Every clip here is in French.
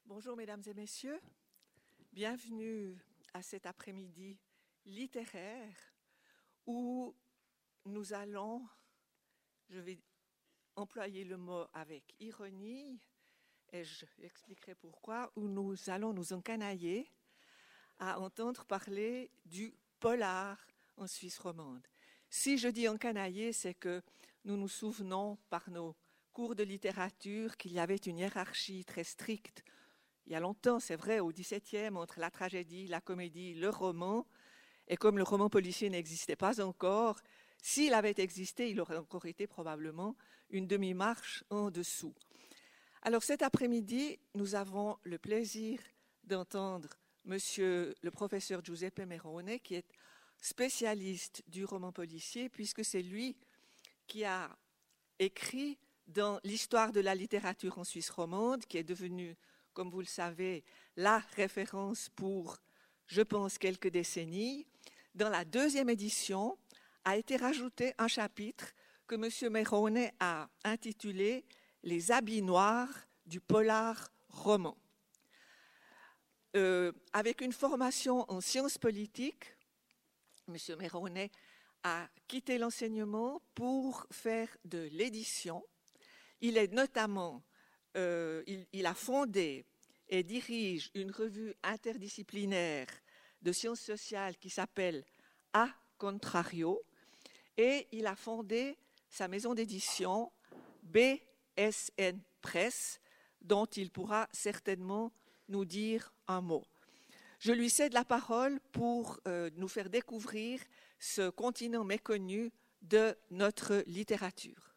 Bonjour mesdames et messieurs, bienvenue à cet après-midi littéraire où nous allons, je vais employer le mot avec ironie et j'expliquerai pourquoi, où nous allons nous encanailler à entendre parler du polar en Suisse romande. Si je dis encanailler, c'est que nous nous souvenons par nos cours de littérature qu'il y avait une hiérarchie très stricte. Il y a longtemps, c'est vrai, au XVIIe, entre la tragédie, la comédie, le roman. Et comme le roman policier n'existait pas encore, s'il avait existé, il aurait encore été probablement une demi-marche en dessous. Alors cet après-midi, nous avons le plaisir d'entendre monsieur le professeur Giuseppe Merone, qui est spécialiste du roman policier, puisque c'est lui qui a écrit dans l'histoire de la littérature en Suisse romande, qui est devenue, comme vous le savez, la référence pour, je pense, quelques décennies. Dans la deuxième édition, a été rajouté un chapitre que M. Merone a intitulé « Les habits noirs du polar roman ». Avec une formation en sciences politiques, M. Merone a quitté l'enseignement pour faire de l'édition. Il est notamment, il a fondé et dirige une revue interdisciplinaire de sciences sociales qui s'appelle A Contrario, et il a fondé sa maison d'édition BSN Press, dont il pourra certainement nous dire un mot. Je lui cède la parole pour nous faire découvrir ce continent méconnu de notre littérature.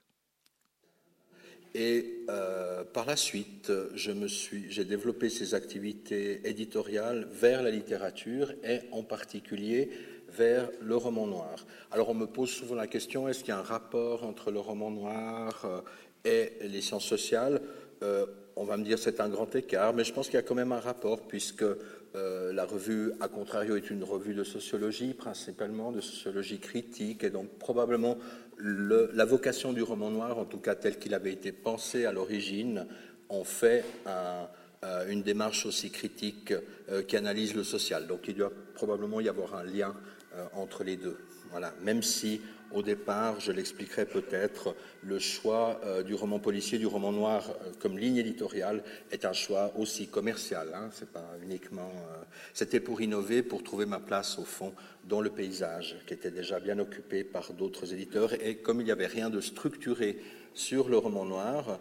Et par la suite, j'ai développé ces activités éditoriales vers la littérature et en particulier vers le roman noir. Alors on me pose souvent la question, est-ce qu'il y a un rapport entre le roman noir et les sciences sociales ? On va me dire c'est un grand écart, mais je pense qu'il y a quand même un rapport puisque la revue A Contrario est une revue de sociologie, principalement de sociologie critique, et donc probablement la vocation du roman noir, en tout cas tel qu'il avait été pensé à l'origine, en fait une démarche aussi critique qui analyse le social. Donc il doit probablement y avoir un lien entre les deux. Voilà. Même si, au départ, je l'expliquerai peut-être, le choix du roman policier, du roman noir comme ligne éditoriale est un choix aussi commercial. Hein. C'est pas uniquement. C'était pour innover, pour trouver ma place au fond dans le paysage, qui était déjà bien occupé par d'autres éditeurs. Et comme il n'y avait rien de structuré sur le roman noir,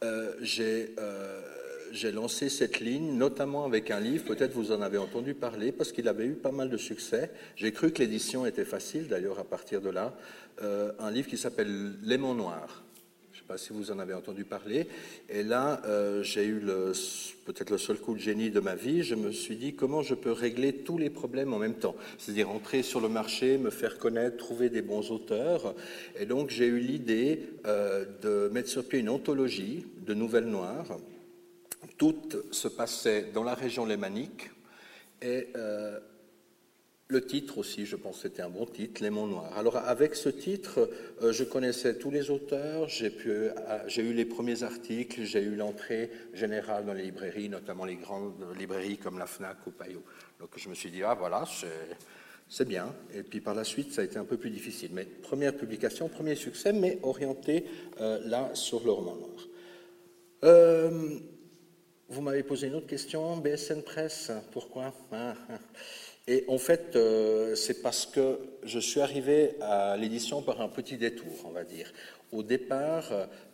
j'ai lancé cette ligne, notamment avec un livre, peut-être vous en avez entendu parler, parce qu'il avait eu pas mal de succès. J'ai cru que l'édition était facile, d'ailleurs, à partir de là. Un livre qui s'appelle « L'aimant noir ». Je ne sais pas si vous en avez entendu parler. Et là, j'ai eu peut-être le seul coup de génie de ma vie. Je me suis dit comment je peux régler tous les problèmes en même temps. C'est-à-dire entrer sur le marché, me faire connaître, trouver des bons auteurs. Et donc, j'ai eu l'idée de mettre sur pied une anthologie de nouvelles noires. Toutes se passaient dans la région lémanique et le titre aussi, je pense que c'était un bon titre, L'aimant noir. Alors avec ce titre, je connaissais tous les auteurs, j'ai eu les premiers articles, j'ai eu l'entrée générale dans les librairies, notamment les grandes librairies comme la FNAC ou Payot. Donc je me suis dit, ah voilà, c'est bien. Et puis par la suite, ça a été un peu plus difficile. Mais première publication, premier succès, mais orienté là sur le roman noir. Vous m'avez posé une autre question, BSN Press, pourquoi ? Et en fait, c'est parce que je suis arrivé à l'édition par un petit détour, on va dire. Au départ,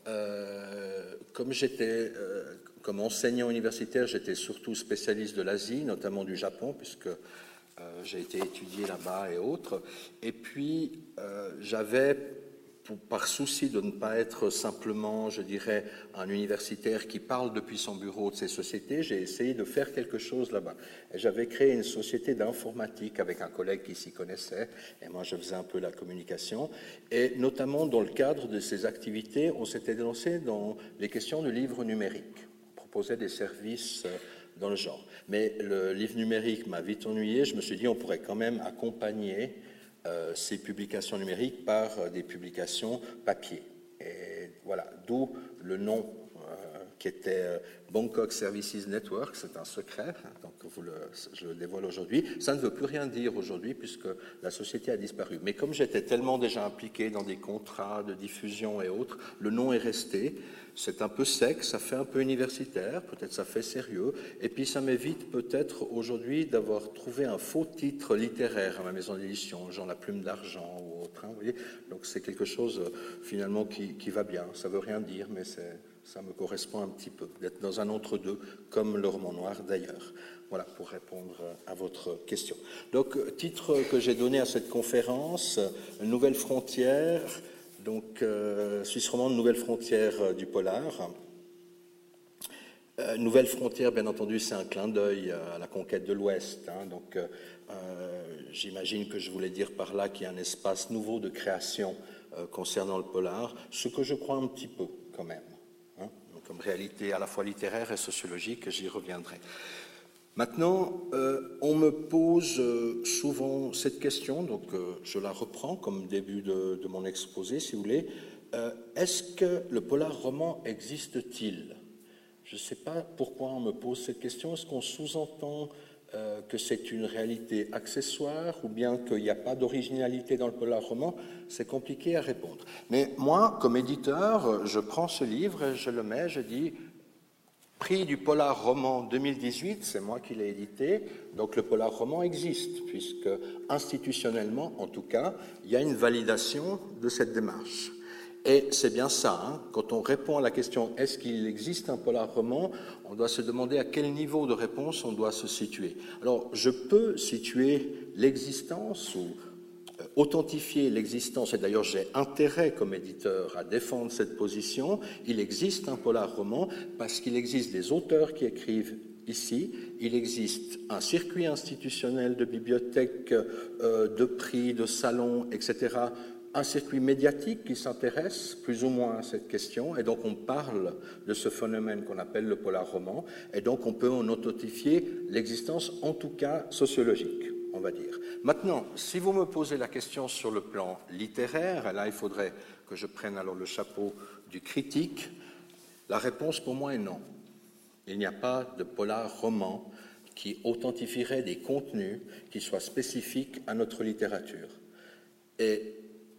comme enseignant universitaire, j'étais surtout spécialiste de l'Asie, notamment du Japon, puisque j'ai été étudié là-bas et autres. Et puis, par souci de ne pas être simplement, je dirais, un universitaire qui parle depuis son bureau de ces sociétés, j'ai essayé de faire quelque chose là-bas. Et j'avais créé une société d'informatique avec un collègue qui s'y connaissait, et moi je faisais un peu la communication. Et notamment dans le cadre de ces activités, on s'était lancé dans les questions de livres numériques. On proposait des services dans le genre. Mais le livre numérique m'a vite ennuyé, je me suis dit on pourrait quand même accompagner ces publications numériques par des publications papier. Et voilà, d'où le nom qui était Bangkok Services Network, c'est un secret, donc je le dévoile aujourd'hui. Ça ne veut plus rien dire aujourd'hui puisque la société a disparu. Mais comme j'étais tellement déjà impliqué dans des contrats de diffusion et autres, le nom est resté. C'est un peu sec, ça fait un peu universitaire, peut-être ça fait sérieux, et puis ça m'évite peut-être aujourd'hui d'avoir trouvé un faux titre littéraire à ma maison d'édition, genre La Plume d'Argent ou autre. Vous voyez, donc c'est quelque chose finalement qui va bien. Ça veut rien dire, mais ça me correspond un petit peu d'être dans un entre-deux, comme Le Roman Noir d'ailleurs. Voilà, pour répondre à votre question. Donc, titre que j'ai donné à cette conférence, Nouvelles frontières. Donc, Suisse romande, Nouvelle frontière du polar. Nouvelle frontière, bien entendu, c'est un clin d'œil à la conquête de l'Ouest. Donc, j'imagine que je voulais dire par là qu'il y a un espace nouveau de création concernant le polar, ce que je crois un petit peu quand même, donc, comme réalité à la fois littéraire et sociologique, j'y reviendrai. Maintenant, on me pose souvent cette question, donc je la reprends comme début de mon exposé, si vous voulez. Est-ce que le polar roman existe-t-il? Je ne sais pas pourquoi on me pose cette question. Est-ce qu'on sous-entend que c'est une réalité accessoire ou bien qu'il n'y a pas d'originalité dans le polar roman? C'est compliqué à répondre. Mais moi, comme éditeur, je prends ce livre et je le mets, je dis... Prix du polar roman 2018, c'est moi qui l'ai édité, donc le polar roman existe, puisque institutionnellement, en tout cas, il y a une validation de cette démarche. Et c'est bien ça, quand on répond à la question « est-ce qu'il existe un polar roman ?», on doit se demander à quel niveau de réponse on doit se situer. Alors, je peux situer l'existence ou authentifier l'existence, et d'ailleurs j'ai intérêt comme éditeur à défendre cette position. Il existe un polar roman parce qu'il existe des auteurs qui écrivent ici, il existe un circuit institutionnel de bibliothèques, de prix, de salons, etc., un circuit médiatique qui s'intéresse plus ou moins à cette question, et donc on parle de ce phénomène qu'on appelle le polar roman, et donc on peut en authentifier l'existence, en tout cas sociologique, on va dire. Maintenant, si vous me posez la question sur le plan littéraire, là il faudrait que je prenne alors le chapeau du critique, la réponse pour moi est non. Il n'y a pas de polar roman qui authentifierait des contenus qui soient spécifiques à notre littérature. Et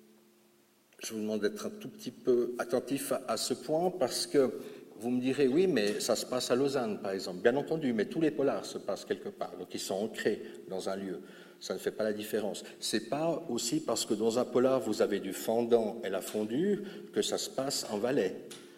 je vous demande d'être un tout petit peu attentif à ce point parce que vous me direz, oui, mais ça se passe à Lausanne, par exemple. Bien entendu, mais tous les polars se passent quelque part, donc ils sont ancrés dans un lieu. Ça ne fait pas la différence. C'est pas aussi parce que dans un polar, vous avez du fendant et la fondue que ça se passe en Valais.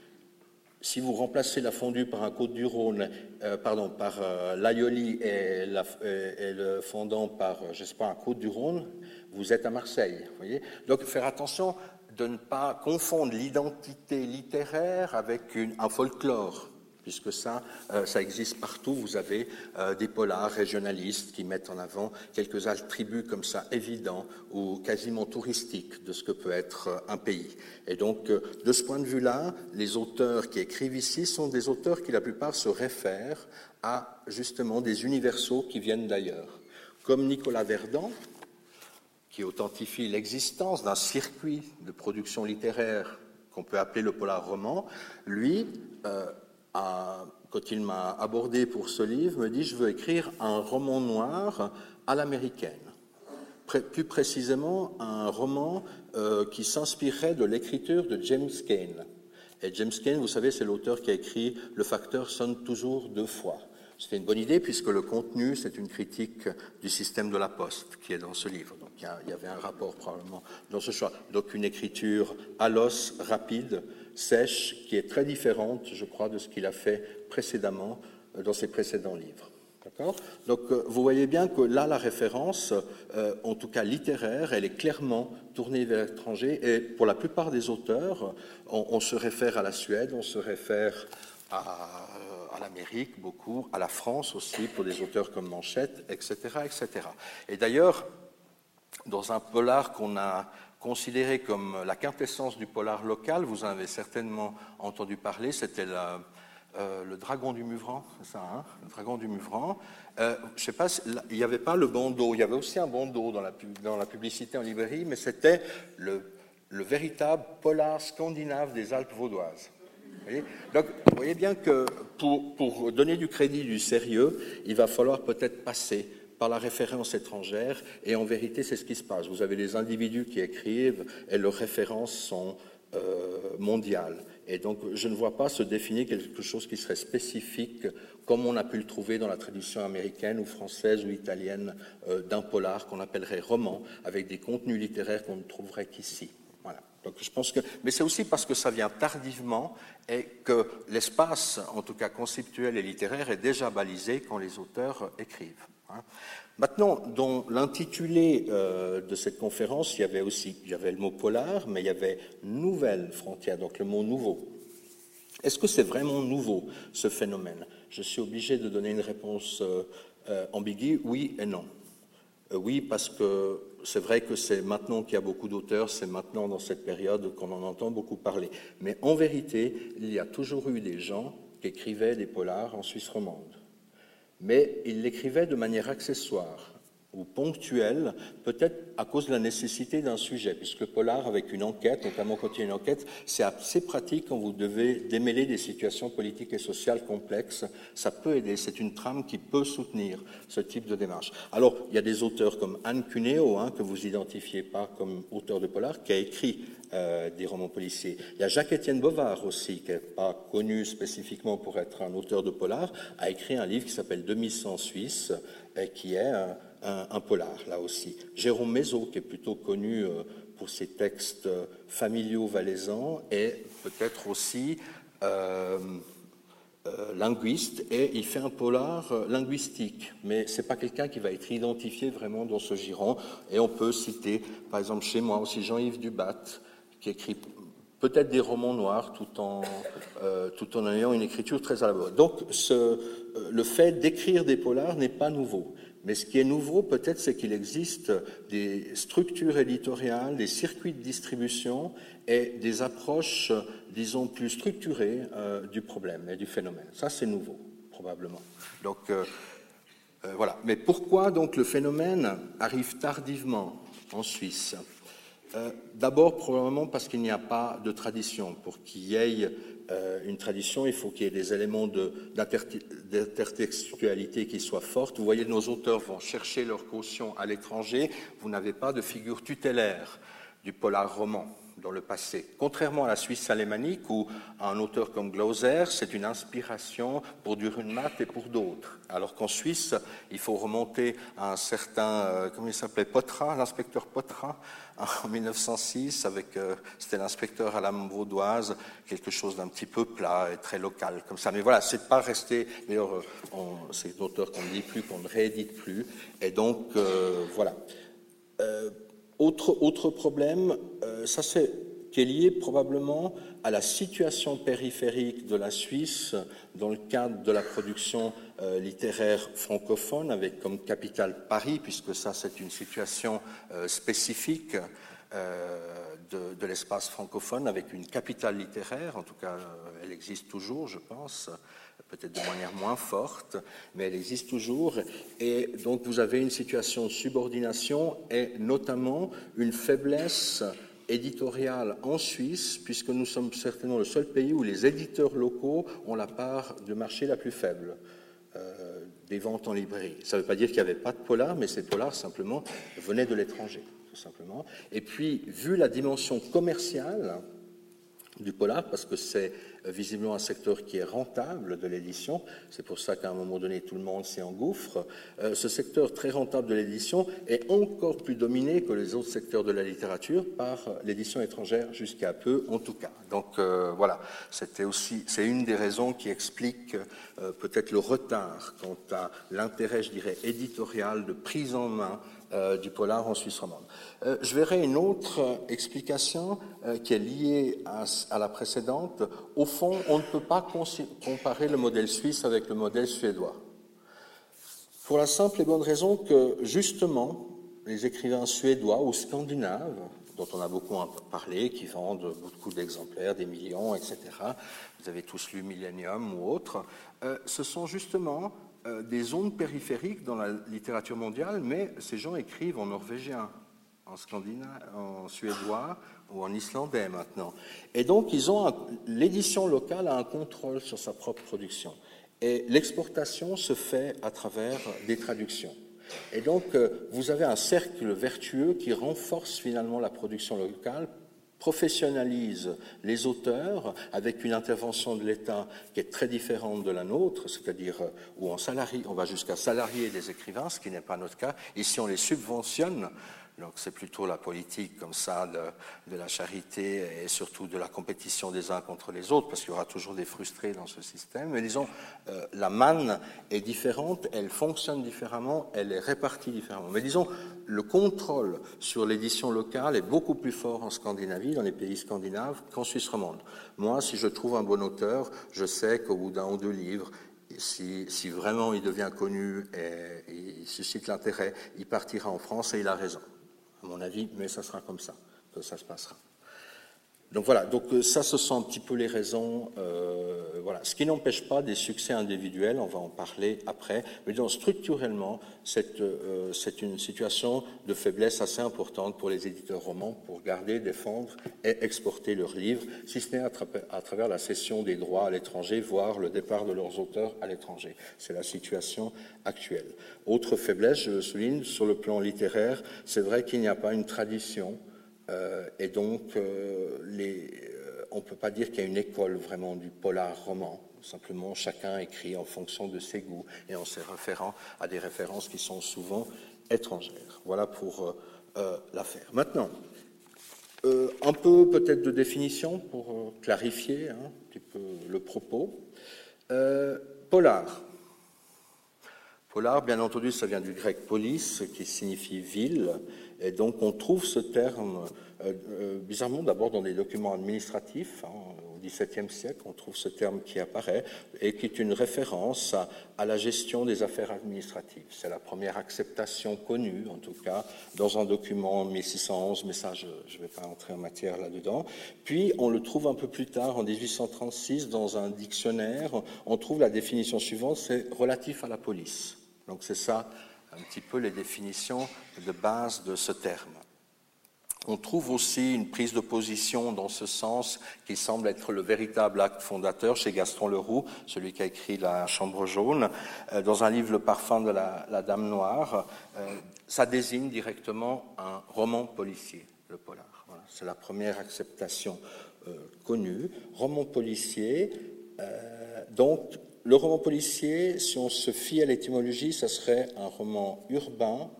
Si vous remplacez la fondue par un Côte-du-Rhône, par l'aioli et le fondant par, je sais pas, un Côte-du-Rhône, vous êtes à Marseille. Vous voyez ? Donc, faire attention de ne pas confondre l'identité littéraire avec un folklore, puisque ça existe partout. Vous avez des polars régionalistes qui mettent en avant quelques attributs comme ça évidents ou quasiment touristiques de ce que peut être un pays. Et donc, de ce point de vue-là, les auteurs qui écrivent ici sont des auteurs qui, la plupart, se réfèrent à, justement, des universaux qui viennent d'ailleurs. Comme Nicolas Verdon, qui authentifie l'existence d'un circuit de production littéraire qu'on peut appeler le polar roman, lui, quand il m'a abordé pour ce livre, me dit « je veux écrire un roman noir à l'américaine ». Plus précisément, un roman qui s'inspirerait de l'écriture de James Cain. Et James Cain, vous savez, c'est l'auteur qui a écrit « Le facteur sonne toujours deux fois ». C'était une bonne idée puisque le contenu, c'est une critique du système de la poste qui est dans ce livre. Donc il y avait un rapport probablement dans ce choix. Donc une écriture à l'os, rapide, sèche, qui est très différente, je crois, de ce qu'il a fait précédemment dans ses précédents livres. D'accord ? Donc vous voyez bien que là, la référence, en tout cas littéraire, elle est clairement tournée vers l'étranger. Et pour la plupart des auteurs, on se réfère à la Suède, on se réfère à l'Amérique, beaucoup, à la France aussi, pour des auteurs comme Manchette, etc., etc. Et d'ailleurs, dans un polar qu'on a considéré comme la quintessence du polar local, vous en avez certainement entendu parler, c'était le Dragon du Muvran, c'est ça, hein, le Dragon du Muvran. Je ne sais pas, il n'y avait pas le bandeau, il y avait aussi un bandeau dans la publicité en librairie, mais c'était le véritable polar scandinave des Alpes vaudoises. Donc, vous voyez bien que pour donner du crédit, du sérieux, il va falloir peut-être passer par la référence étrangère, et en vérité, c'est ce qui se passe. Vous avez des individus qui écrivent, et leurs références sont mondiales. Et donc, je ne vois pas se définir quelque chose qui serait spécifique, comme on a pu le trouver dans la tradition américaine ou française ou italienne d'un polar qu'on appellerait roman, avec des contenus littéraires qu'on ne trouverait qu'ici. Voilà. Donc, je pense que, mais c'est aussi parce que ça vient tardivement et que l'espace, en tout cas conceptuel et littéraire, est déjà balisé quand les auteurs écrivent. Maintenant, dans l'intitulé de cette conférence, il y avait le mot polar, mais il y avait nouvelle frontière, donc le mot nouveau. Est-ce que c'est vraiment nouveau, ce phénomène? Je suis obligé de donner une réponse ambiguë, oui et non. Oui, parce que c'est vrai que c'est maintenant qu'il y a beaucoup d'auteurs, c'est maintenant dans cette période qu'on en entend beaucoup parler. Mais en vérité, il y a toujours eu des gens qui écrivaient des polars en Suisse romande. Mais ils l'écrivaient de manière accessoire ou ponctuelle, peut-être à cause de la nécessité d'un sujet, puisque le polar, avec une enquête, notamment quand il y a une enquête, c'est assez pratique quand vous devez démêler des situations politiques et sociales complexes. Ça peut aider, c'est une trame qui peut soutenir ce type de démarche. Alors, il y a des auteurs comme Anne Cuneo, que vous identifiez pas comme auteur de polar, qui a écrit des romans policiers. Il y a Jacques-Étienne Bovard aussi, qui n'est pas connu spécifiquement pour être un auteur de polar, a écrit un livre qui s'appelle 2100 Suisse, qui est un polar, là aussi. Jérôme Mézot, qui est plutôt connu pour ses textes familiaux valaisans, est peut-être aussi linguiste, et il fait un polar linguistique, mais ce n'est pas quelqu'un qui va être identifié vraiment dans ce giron, et on peut citer, par exemple, chez moi aussi, Jean-Yves Dubat, qui écrit peut-être des romans noirs tout en ayant une écriture très à la mode. Donc, le fait d'écrire des polars n'est pas nouveau. Mais ce qui est nouveau, peut-être, c'est qu'il existe des structures éditoriales, des circuits de distribution et des approches, disons, plus structurées du problème et du phénomène. Ça, c'est nouveau, probablement. Donc, voilà. Mais pourquoi, donc, le phénomène arrive tardivement en Suisse ? D'abord, probablement parce qu'il n'y a pas de tradition. Pour qu'il y ait une tradition, il faut qu'il y ait des éléments d'intertextualité qui soient fortes. Vous voyez, nos auteurs vont chercher leur caution à l'étranger. Vous n'avez pas de figure tutélaire du polar roman dans le passé. Contrairement à la Suisse alémanique, où un auteur comme Glauser, c'est une inspiration pour Dürrenmatt et pour d'autres. Alors qu'en Suisse, il faut remonter à un certain, comment il s'appelait, Potra, l'inspecteur Potra, en 1906, c'était l'inspecteur à l'âme vaudoise, quelque chose d'un petit peu plat et très local, comme ça. Mais voilà, c'est pas resté, d'ailleurs, c'est une auteur qu'on ne lit plus, qu'on ne réédite plus, et donc, voilà. Autre problème, ça c'est qui est lié probablement à la situation périphérique de la Suisse dans le cadre de la production littéraire francophone, avec comme capitale Paris, puisque ça c'est une situation spécifique de l'espace francophone, avec une capitale littéraire, en tout cas elle existe toujours, je pense, peut-être de manière moins forte, mais elle existe toujours. Et donc vous avez une situation de subordination et notamment une faiblesse éditoriale en Suisse, puisque nous sommes certainement le seul pays où les éditeurs locaux ont la part de marché la plus faible des ventes en librairie. Ça ne veut pas dire qu'il n'y avait pas de polars, mais ces polars simplement venaient de l'étranger, tout simplement. Et puis, vu la dimension commerciale du polar, parce que c'est visiblement un secteur qui est rentable de l'édition, c'est pour ça qu'à un moment donné tout le monde s'y engouffre, ce secteur très rentable de l'édition est encore plus dominé que les autres secteurs de la littérature par l'édition étrangère, jusqu'à peu en tout cas. Donc voilà, c'est une des raisons qui explique peut-être le retard quant à l'intérêt, je dirais, éditorial de prise en main du polar en Suisse romande. Je verrai une autre explication qui est liée à la précédente. Au fond, on ne peut pas comparer le modèle suisse avec le modèle suédois. Pour la simple et bonne raison que, justement, les écrivains suédois ou scandinaves, dont on a beaucoup parlé, qui vendent beaucoup d'exemplaires, des millions, etc., vous avez tous lu Millennium ou autre, ce sont justement des zones périphériques dans la littérature mondiale, mais ces gens écrivent en norvégien, en scandinave, en suédois ou en islandais maintenant. Et donc, l'édition locale a un contrôle sur sa propre production. Et l'exportation se fait à travers des traductions. Et donc, vous avez un cercle vertueux qui renforce finalement la production locale, professionnalise les auteurs avec une intervention de l'État qui est très différente de la nôtre, c'est-à-dire où on va jusqu'à salarier des écrivains, ce qui n'est pas notre cas. Ici, on les subventionne. Donc c'est plutôt la politique comme ça de la charité et surtout de la compétition des uns contre les autres, parce qu'il y aura toujours des frustrés dans ce système. Mais disons, la manne est différente, elle fonctionne différemment, elle est répartie différemment. Mais disons, le contrôle sur l'édition locale est beaucoup plus fort en Scandinavie, dans les pays scandinaves, qu'en Suisse romande. Moi, si je trouve un bon auteur, je sais qu'au bout d'un ou deux livres, si vraiment il devient connu et il suscite l'intérêt, il partira en France et il a raison. À mon avis, mais ça sera comme ça que ça se passera. Donc voilà, donc ça, ce sont un petit peu les raisons. Voilà. Ce qui n'empêche pas des succès individuels, on va en parler après. Mais donc, structurellement, c'est une situation de faiblesse assez importante pour les éditeurs romans pour garder, défendre et exporter leurs livres, si ce n'est à travers la cession des droits à l'étranger, voire le départ de leurs auteurs à l'étranger. C'est la situation actuelle. Autre faiblesse, je le souligne, sur le plan littéraire, c'est vrai qu'il n'y a pas une tradition. Et donc, on ne peut pas dire qu'il y a une école vraiment du polar roman. Simplement, chacun écrit en fonction de ses goûts et en se référant à des références qui sont souvent étrangères. Voilà pour l'affaire. Maintenant, un peu peut-être de définition pour clarifier un petit peu le propos. Polar. Polar, bien entendu, ça vient du grec polis, qui signifie ville, et donc on trouve ce terme, bizarrement d'abord dans des documents administratifs, au XVIIe siècle, on trouve ce terme qui apparaît, et qui est une référence à la gestion des affaires administratives. C'est la première acceptation connue, en tout cas, dans un document en 1611, mais ça, je ne vais pas entrer en matière là-dedans. Puis, on le trouve un peu plus tard, en 1836, dans un dictionnaire, on trouve la définition suivante, c'est relatif à la police. Donc c'est ça, un petit peu les définitions de base de ce terme. On trouve aussi une prise de position dans ce sens qui semble être le véritable acte fondateur chez Gaston Leroux, celui qui a écrit La Chambre jaune, dans un livre Le parfum de la Dame noire. Ça désigne directement un roman policier, le polar. Voilà, c'est la première acceptation connue. Roman policier, donc le roman policier, si on se fie à l'étymologie, ça serait un roman urbain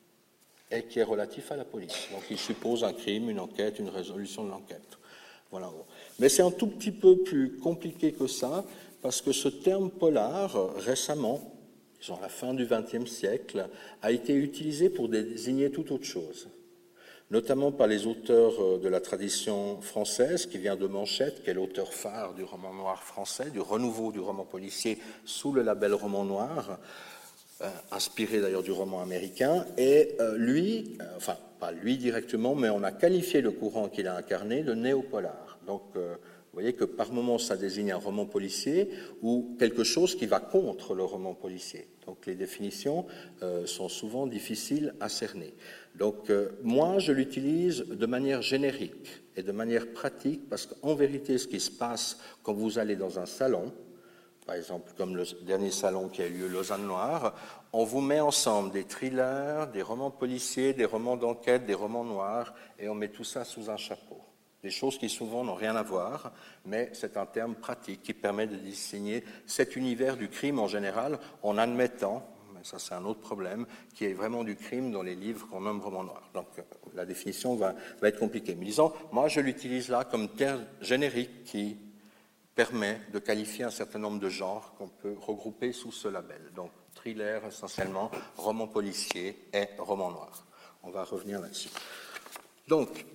et qui est relatif à la police. Donc il suppose un crime, une enquête, une résolution de l'enquête. Voilà. Mais c'est un tout petit peu plus compliqué que ça, parce que ce terme polar, récemment, disons à la fin du XXe siècle, a été utilisé pour désigner toute autre chose. Notamment par les auteurs de la tradition française, qui vient de Manchette, qui est l'auteur phare du roman noir français, du renouveau du roman policier sous le label roman noir, inspiré d'ailleurs du roman américain. Et lui, enfin pas lui directement, mais on a qualifié le courant qu'il a incarné de néopolar. Donc vous voyez que par moments ça désigne un roman policier ou quelque chose qui va contre le roman policier. Donc les définitions sont souvent difficiles à cerner. Donc moi je l'utilise de manière générique et de manière pratique parce qu'en vérité ce qui se passe quand vous allez dans un salon, par exemple comme le dernier salon qui a eu lieu Lausanne Noire, on vous met ensemble des thrillers, des romans policiers, des romans d'enquête, des romans noirs et on met tout ça sous un chapeau. Des choses qui souvent n'ont rien à voir, mais c'est un terme pratique qui permet de désigner cet univers du crime en général, en admettant, mais ça c'est un autre problème, qu'il y ait vraiment du crime dans les livres qu'on nomme romans noirs. Donc la définition va être compliquée. Mais disons, moi je l'utilise là comme terme générique qui permet de qualifier un certain nombre de genres qu'on peut regrouper sous ce label. Donc thriller essentiellement, roman policier et roman noir. On va revenir là-dessus. Donc,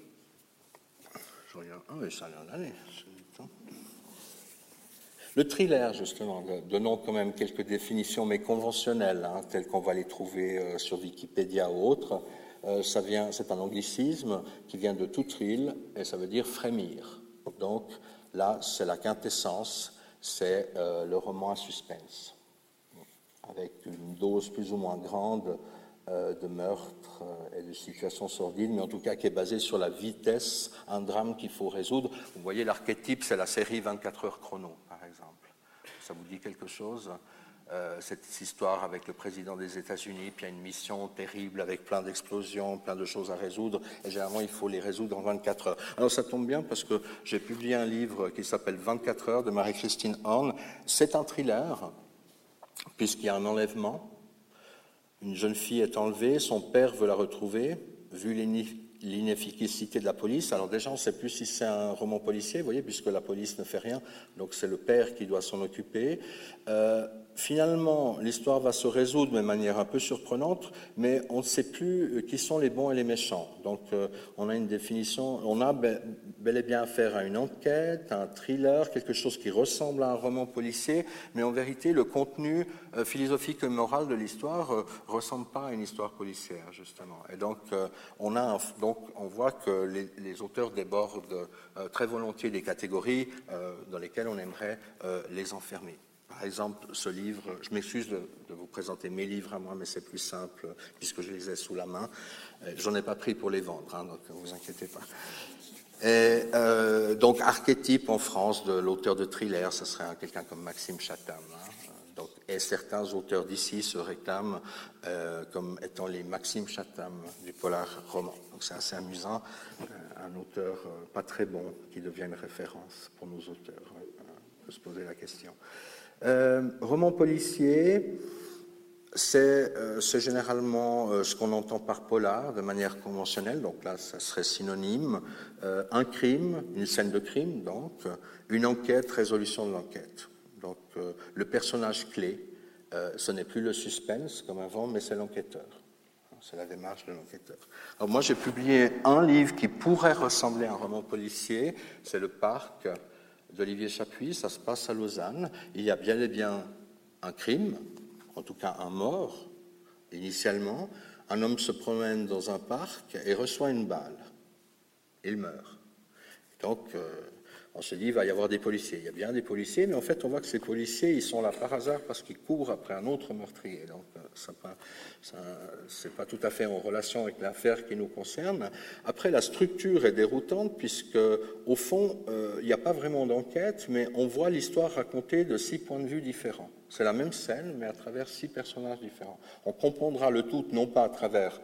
je regarde. Ah oui, ça a l'air d'aller. Le thriller, justement, donnons quand même quelques définitions, mais conventionnelles, telles qu'on va les trouver sur Wikipédia ou autres. C'est un anglicisme qui vient de to thrill, et ça veut dire frémir. Donc là, c'est la quintessence, c'est le roman à suspense, avec une dose plus ou moins grande de meurtres et de situations sordides, mais en tout cas qui est basé sur la vitesse, un drame qu'il faut résoudre. Vous voyez, l'archétype, c'est la série 24 heures chrono, par exemple. Ça vous dit quelque chose ? Cette histoire avec le président des États-Unis, puis il y a une mission terrible avec plein d'explosions, plein de choses à résoudre, et généralement il faut les résoudre en 24 heures. Alors ça tombe bien parce que j'ai publié un livre qui s'appelle 24 heures de Marie-Christine Horn. C'est un thriller, puisqu'il y a un enlèvement. Une jeune fille est enlevée, son père veut la retrouver, vu l'inefficacité de la police. Alors déjà, on ne sait plus si c'est un roman policier, vous voyez, puisque la police ne fait rien, donc c'est le père qui doit s'en occuper. Finalement, l'histoire va se résoudre de manière un peu surprenante, mais on ne sait plus qui sont les bons et les méchants. Donc on a une définition, on a bel et bien affaire à une enquête, à un thriller, quelque chose qui ressemble à un roman policier, mais en vérité, le contenu philosophique et moral de l'histoire ne ressemble pas à une histoire policière, justement. Et donc, on voit que les auteurs débordent très volontiers des catégories dans lesquelles on aimerait les enfermer. Par exemple, ce livre, je m'excuse de vous présenter mes livres à moi, mais c'est plus simple puisque je les ai sous la main. J'en ai pas pris pour les vendre, hein, donc ne vous inquiétez pas. Et donc, archétype en France de l'auteur de thriller, ce serait quelqu'un comme Maxime Chatham. Hein, et certains auteurs d'ici se réclament comme étant les Maxime Chatham du polar roman. Donc c'est assez amusant, un auteur pas très bon qui devient une référence pour nos auteurs. On peut se poser la question. Roman policier, c'est généralement ce qu'on entend par polar de manière conventionnelle, donc là ça serait synonyme, un crime, une scène de crime, donc une enquête, résolution de l'enquête. Donc le personnage clé, ce n'est plus le suspense comme avant, mais c'est l'enquêteur. C'est la démarche de l'enquêteur. Alors moi j'ai publié un livre qui pourrait ressembler à un roman policier, c'est Le Parc d'Olivier Chapuis, ça se passe à Lausanne. Il y a bien et bien un crime, en tout cas un mort, initialement. Un homme se promène dans un parc et reçoit une balle. Il meurt. Donc, on se dit, il va y avoir des policiers. Il y a bien des policiers, mais en fait, on voit que ces policiers, ils sont là par hasard parce qu'ils courent après un autre meurtrier. Donc, c'est pas tout à fait en relation avec l'affaire qui nous concerne. Après, la structure est déroutante puisque, au fond, il n'y a pas vraiment d'enquête, mais on voit l'histoire racontée de 6 points de vue différents. C'est la même scène, mais à travers 6 personnages différents. On comprendra le tout, non pas à travers,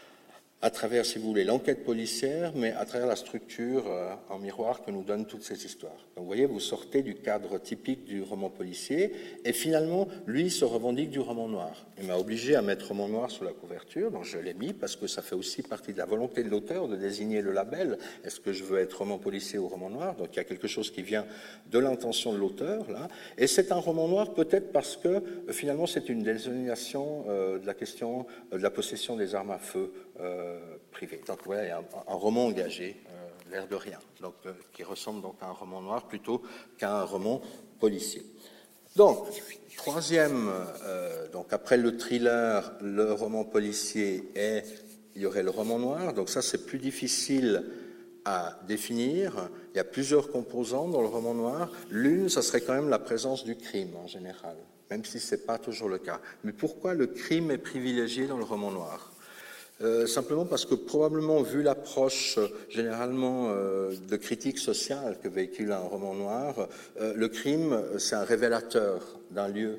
si vous voulez, l'enquête policière, mais à travers la structure en miroir que nous donnent toutes ces histoires. Donc, vous voyez, vous sortez du cadre typique du roman policier, et finalement, lui se revendique du roman noir. Il m'a obligé à mettre roman noir sur la couverture, donc je l'ai mis, parce que ça fait aussi partie de la volonté de l'auteur de désigner le label. Est-ce que je veux être roman policier ou roman noir? Donc, il y a quelque chose qui vient de l'intention de l'auteur, là. Et c'est un roman noir peut-être parce que, finalement, c'est une désignation de la question de la possession des armes à feu privé. Donc voilà, il y a un roman engagé, l'air de rien, donc, qui ressemble donc à un roman noir plutôt qu'à un roman policier. Donc, troisième, donc après le thriller, le roman policier, et il y aurait le roman noir. Donc ça, c'est plus difficile à définir. Il y a plusieurs composants dans le roman noir. L'une, ça serait quand même la présence du crime en général, même si ce n'est pas toujours le cas. Mais pourquoi le crime est privilégié dans le roman noir ? Simplement parce que probablement, vu l'approche généralement de critique sociale que véhicule un roman noir, le crime, c'est un révélateur d'un lieu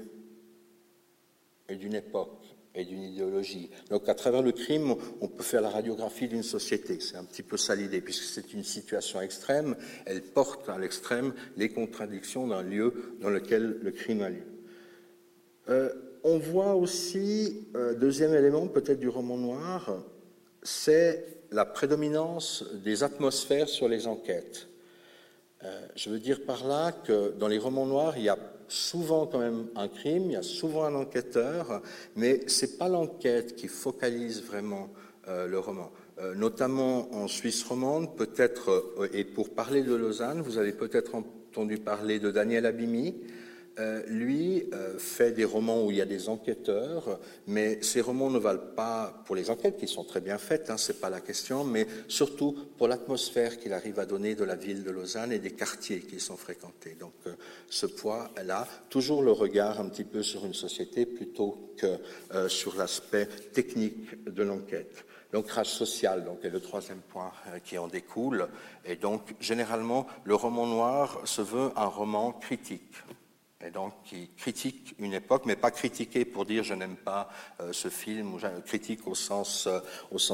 et d'une époque et d'une idéologie. Donc à travers le crime, on peut faire la radiographie d'une société. C'est un petit peu ça l'idée, puisque c'est une situation extrême, elle porte à l'extrême les contradictions d'un lieu dans lequel le crime a lieu. On voit aussi, deuxième élément peut-être du roman noir, c'est la prédominance des atmosphères sur les enquêtes. Je veux dire par là que dans les romans noirs, il y a souvent quand même un crime, il y a souvent un enquêteur, mais ce n'est pas l'enquête qui focalise vraiment le roman. Notamment en Suisse romande, peut-être, et pour parler de Lausanne, vous avez peut-être entendu parler de Daniel Abimi, lui fait des romans où il y a des enquêteurs, mais ces romans ne valent pas pour les enquêtes qui sont très bien faites, hein, c'est pas la question, mais surtout pour l'atmosphère qu'il arrive à donner de la ville de Lausanne et des quartiers qui sont fréquentés. Donc ce poids-là, toujours le regard un petit peu sur une société plutôt que sur l'aspect technique de l'enquête. L'ancrage social donc, est le troisième point qui en découle. Et donc, généralement, le roman noir se veut un roman critique. Et donc, qui critique une époque, mais pas critiquer pour dire « je n'aime pas ce film » ou « critique au sens noble »,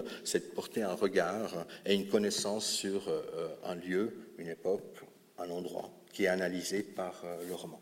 c'est de porter un regard et une connaissance sur un lieu, une époque, un endroit, qui est analysé par le roman.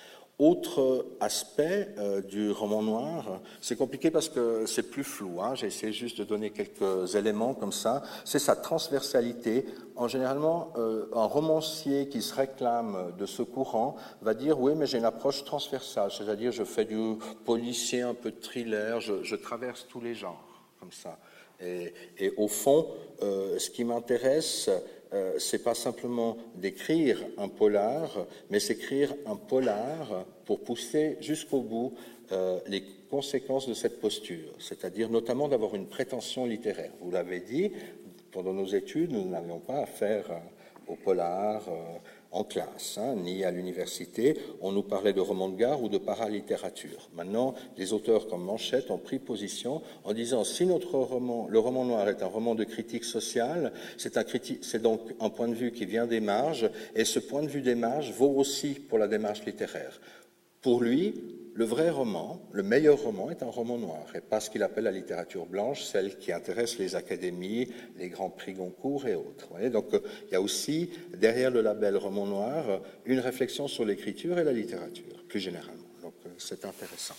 Autre aspect du roman noir, c'est compliqué parce que c'est plus flou, hein, j'ai essayé juste de donner quelques éléments comme ça, c'est sa transversalité. En généralement, un romancier qui se réclame de ce courant va dire « oui, mais j'ai une approche transversale », c'est-à-dire je fais du policier, un peu de thriller, je traverse tous les genres, comme ça. Et au fond, ce qui m'intéresse, c'est pas simplement d'écrire un polar, mais c'est écrire un polar pour pousser jusqu'au bout les conséquences de cette posture, c'est-à-dire notamment d'avoir une prétention littéraire. Vous l'avez dit, pendant nos études, nous n'avions pas affaire au polar en classe, hein, ni à l'université. On nous parlait de romans de gare ou de paralittérature. Maintenant, les auteurs comme Manchette ont pris position en disant si notre roman, le roman noir est un roman de critique sociale, c'est donc un point de vue qui vient des marges, et ce point de vue des marges vaut aussi pour la démarche littéraire. Pour lui, le vrai roman, le meilleur roman, est un roman noir, et pas ce qu'il appelle la littérature blanche, celle qui intéresse les académies, les grands prix Goncourt et autres. Vous voyez, donc il y a aussi, derrière le label roman noir, une réflexion sur l'écriture et la littérature, plus généralement. Donc c'est intéressant.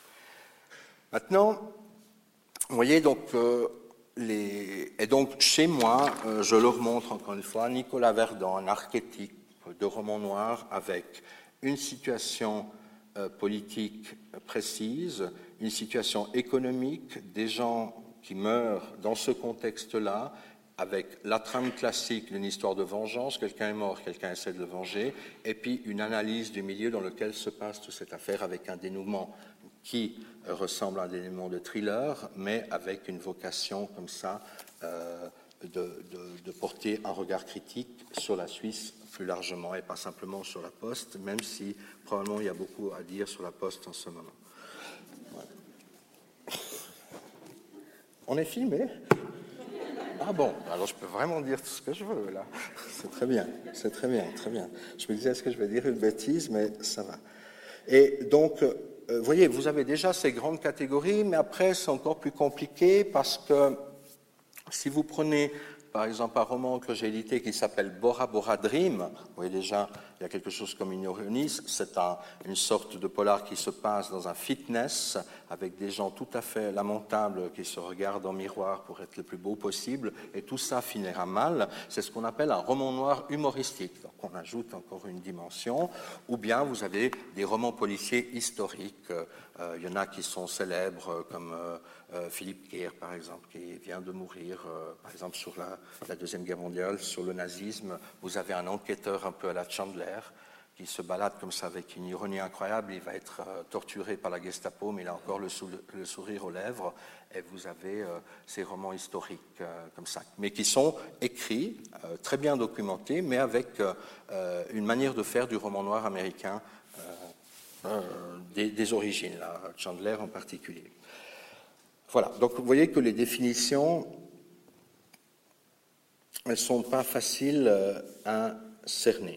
Maintenant, vous voyez, donc, et donc chez moi, je leur montre encore une fois Nicolas Verdon, un archétype de roman noir avec une situation politique précise, une situation économique, des gens qui meurent dans ce contexte-là, avec la trame classique d'une histoire de vengeance, quelqu'un est mort, quelqu'un essaie de le venger, et puis une analyse du milieu dans lequel se passe toute cette affaire avec un dénouement qui ressemble à un dénouement de thriller, mais avec une vocation comme ça de porter un regard critique sur la Suisse plus largement et pas simplement sur la Poste, même si probablement il y a beaucoup à dire sur la Poste en ce moment. Voilà. On est filmé ? Ah bon, alors je peux vraiment dire tout ce que je veux là. C'est très bien, c'est très bien, très bien. Je me disais, est-ce que je vais dire une bêtise, mais ça va. Et donc, vous voyez, vous avez déjà ces grandes catégories, mais après c'est encore plus compliqué parce que si vous prenez, par exemple, un roman que j'ai édité qui s'appelle Bora Bora Dream, vous voyez déjà, il y a quelque chose comme une ironie, c'est une sorte de polar qui se passe dans un fitness avec des gens tout à fait lamentables qui se regardent en miroir pour être le plus beau possible, et tout ça finira mal. C'est ce qu'on appelle un roman noir humoristique. Donc on ajoute encore une dimension, ou bien vous avez des romans policiers historiques. Il y en a qui sont célèbres, comme Philippe Kehr, par exemple, qui vient de mourir, par exemple, sur la Deuxième Guerre mondiale, sur le nazisme. Vous avez un enquêteur un peu à la Chandler, qui se balade comme ça avec une ironie incroyable. Il va être torturé par la Gestapo, mais il a encore le sourire aux lèvres. Et vous avez ces romans historiques comme ça, mais qui sont écrits, très bien documentés, mais avec une manière de faire du roman noir américain des origines, là, Chandler en particulier. Voilà, donc vous voyez que les définitions, elles ne sont pas faciles à cerner.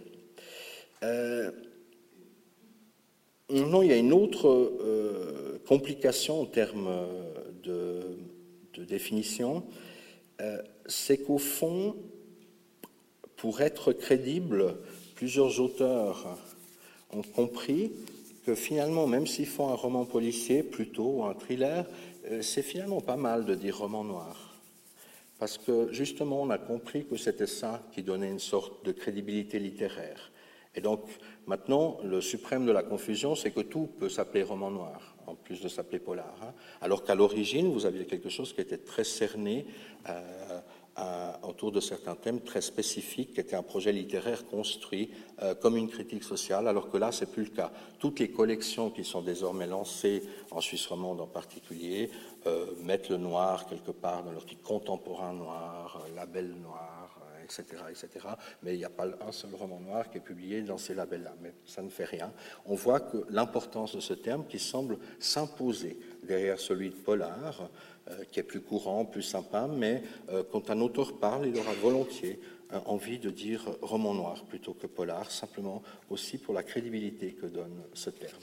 Non, il y a une autre complication en termes de définition, c'est qu'au fond, pour être crédible, plusieurs auteurs ont compris que finalement, même s'ils font un roman policier plutôt, ou un thriller, c'est finalement pas mal de dire roman noir. Parce que justement, on a compris que c'était ça qui donnait une sorte de crédibilité littéraire. Et donc, maintenant, le suprême de la confusion, c'est que tout peut s'appeler roman noir, en plus de s'appeler polar. Hein. Alors qu'à l'origine, vous aviez quelque chose qui était très cerné autour de certains thèmes très spécifiques, qui était un projet littéraire construit comme une critique sociale, alors que là, c'est plus le cas. Toutes les collections qui sont désormais lancées, en Suisse romande en particulier, mettent le noir quelque part dans leur titre contemporain noir, label noir, etc., etc. Mais il n'y a pas un seul roman noir qui est publié dans ces labels-là. Mais ça ne fait rien. On voit que l'importance de ce terme qui semble s'imposer derrière celui de polar, qui est plus courant, plus sympa, mais quand un auteur parle, il aura volontiers envie de dire roman noir plutôt que polar, simplement aussi pour la crédibilité que donne ce terme.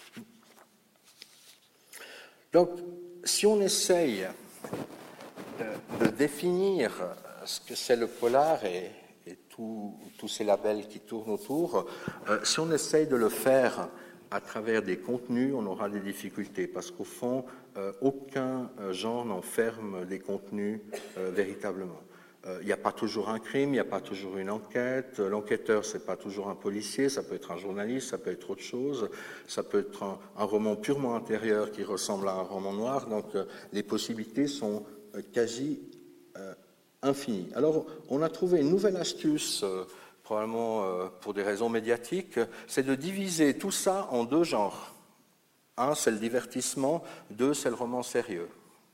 Donc, si on essaye de définir ce que c'est le polar et tous ces labels qui tournent autour, si on essaye de le faire à travers des contenus, on aura des difficultés, parce qu'au fond, aucun genre n'enferme des contenus véritablement. Il n'y a pas toujours un crime, il n'y a pas toujours une enquête. L'enquêteur, ce n'est pas toujours un policier, ça peut être un journaliste, ça peut être autre chose. Ça peut être un roman purement intérieur qui ressemble à un roman noir. Donc, les possibilités sont quasi infinies. Alors, on a trouvé une nouvelle astuce, probablement pour des raisons médiatiques, c'est de diviser tout ça en deux genres. Un, c'est le divertissement. Deux, c'est le roman sérieux.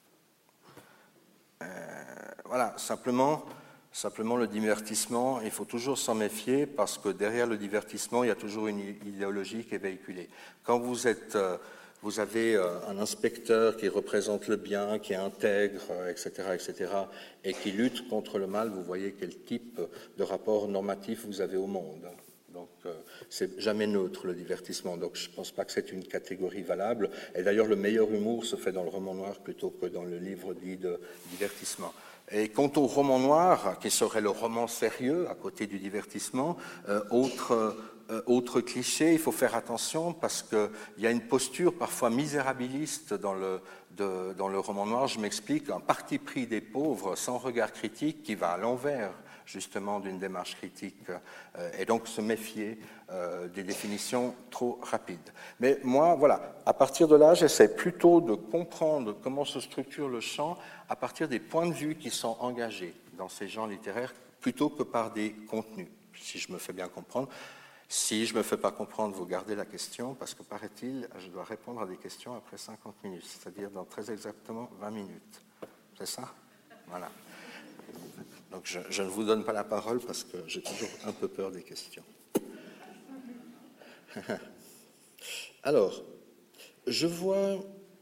Voilà, simplement le divertissement, il faut toujours s'en méfier parce que derrière le divertissement, il y a toujours une idéologie qui est véhiculée. Quand vous avez un inspecteur qui représente le bien, qui est intègre, etc., et qui lutte contre le mal, vous voyez quel type de rapport normatif vous avez au monde. Donc, c'est jamais neutre, le divertissement. Donc, je ne pense pas que c'est une catégorie valable. Et d'ailleurs, le meilleur humour se fait dans le roman noir plutôt que dans le livre dit de divertissement. Et quant au roman noir, qui serait le roman sérieux à côté du divertissement, autre cliché, il faut faire attention parce qu'il y a une posture parfois misérabiliste dans le roman noir. Je m'explique, un parti pris des pauvres sans regard critique qui va à l'envers justement d'une démarche critique et donc se méfier des définitions trop rapides. Mais moi, voilà, à partir de là, j'essaie plutôt de comprendre comment se structure le champ à partir des points de vue qui sont engagés dans ces genres littéraires plutôt que par des contenus, si je me fais bien comprendre. Si je ne me fais pas comprendre, vous gardez la question, parce que paraît-il, je dois répondre à des questions après 50 minutes, c'est-à-dire dans très exactement 20 minutes. C'est ça? Voilà. Donc je ne vous donne pas la parole parce que j'ai toujours un peu peur des questions. Alors, je vois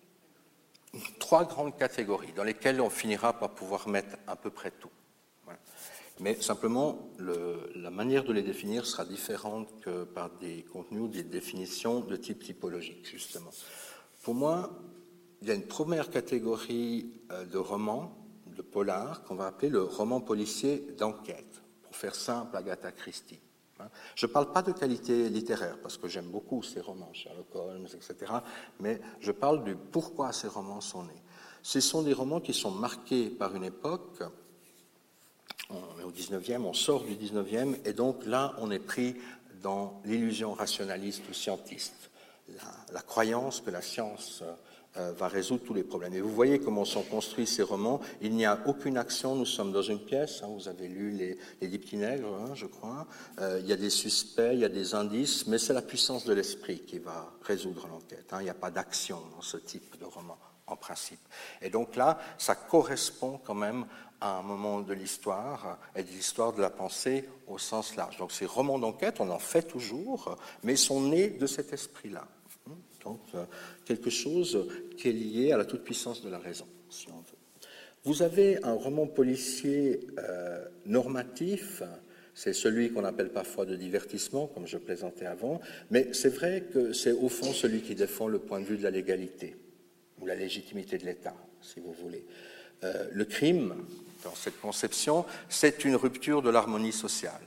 3 grandes catégories dans lesquelles on finira par pouvoir mettre à peu près tout. Voilà. Mais simplement, la manière de les définir sera différente que par des contenus ou des définitions de type typologique, justement. Pour moi, il y a une première catégorie de romans, de polar, qu'on va appeler le roman policier d'enquête. Pour faire simple, Agatha Christie. Je ne parle pas de qualité littéraire, parce que j'aime beaucoup ces romans, Sherlock Holmes, etc., mais je parle du pourquoi ces romans sont nés. Ce sont des romans qui sont marqués par une époque, on est au 19e, on sort du 19e, et donc là, on est pris dans l'illusion rationaliste ou scientiste, la croyance que la science va résoudre tous les problèmes. Et vous voyez comment sont construits ces romans. Il n'y a aucune action, nous sommes dans une pièce, vous avez lu les 10 petits nègres, je crois. Il y a des suspects, il y a des indices, mais c'est la puissance de l'esprit qui va résoudre l'enquête. Il n'y a pas d'action dans ce type de roman, en principe. Et donc là, ça correspond quand même à un moment de l'histoire et de l'histoire de la pensée au sens large. Donc ces romans d'enquête, on en fait toujours, mais ils sont nés de cet esprit-là. Donc, quelque chose qui est lié à la toute-puissance de la raison, si on veut. Vous avez un roman policier normatif, c'est celui qu'on appelle parfois de divertissement, comme je plaisantais avant, mais c'est vrai que c'est au fond celui qui défend le point de vue de la légalité, ou la légitimité de l'État, si vous voulez. Le crime, dans cette conception, c'est une rupture de l'harmonie sociale.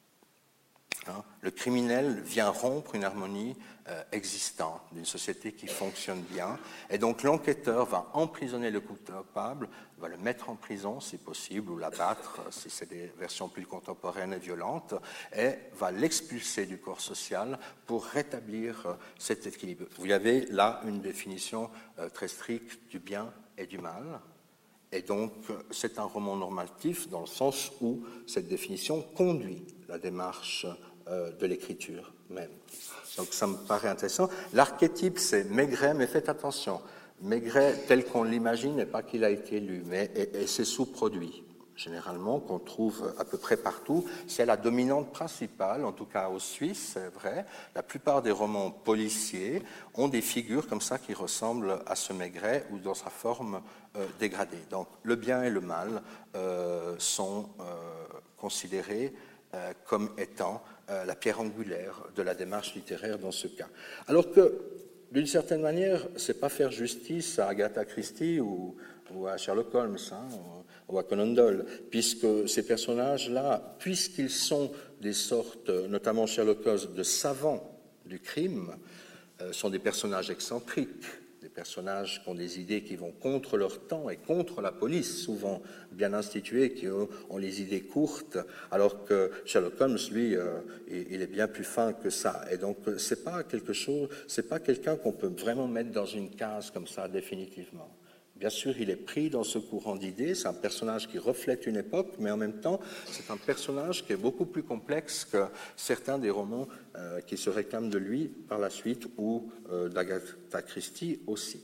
Le criminel vient rompre une harmonie existante d'une société qui fonctionne bien, et donc l'enquêteur va emprisonner le coupable, va le mettre en prison si possible, ou l'abattre si c'est des versions plus contemporaines et violentes, et va l'expulser du corps social pour rétablir cet équilibre. Vous avez là une définition très stricte du bien et du mal, Et donc, c'est un roman normatif dans le sens où cette définition conduit la démarche de l'écriture même. Donc, ça me paraît intéressant. L'archétype, c'est Maigret, mais faites attention. Maigret, tel qu'on l'imagine, n'est pas qu'il a été lu, mais et c'est sous-produit. Généralement, qu'on trouve à peu près partout, c'est la dominante principale, en tout cas aux Suisses, c'est vrai. La plupart des romans policiers ont des figures comme ça qui ressemblent à ce Maigret ou dans sa forme dégradée. Donc, le bien et le mal sont considérés comme étant la pierre angulaire de la démarche littéraire dans ce cas. Alors que, d'une certaine manière, c'est pas faire justice à Agatha Christie ou à Sherlock Holmes, hein, ou à Conan Doyle, puisque ces personnages-là, puisqu'ils sont des sortes, notamment Sherlock Holmes, de savants du crime, sont des personnages excentriques, des personnages qui ont des idées qui vont contre leur temps et contre la police, souvent bien instituée, qui ont les idées courtes, alors que Sherlock Holmes, lui, il est bien plus fin que ça. Et donc, c'est pas quelque chose, c'est pas quelqu'un qu'on peut vraiment mettre dans une case comme ça définitivement. Bien sûr, il est pris dans ce courant d'idées, c'est un personnage qui reflète une époque, mais en même temps, c'est un personnage qui est beaucoup plus complexe que certains des romans qui se réclament de lui par la suite, ou d'Agatha Christie aussi.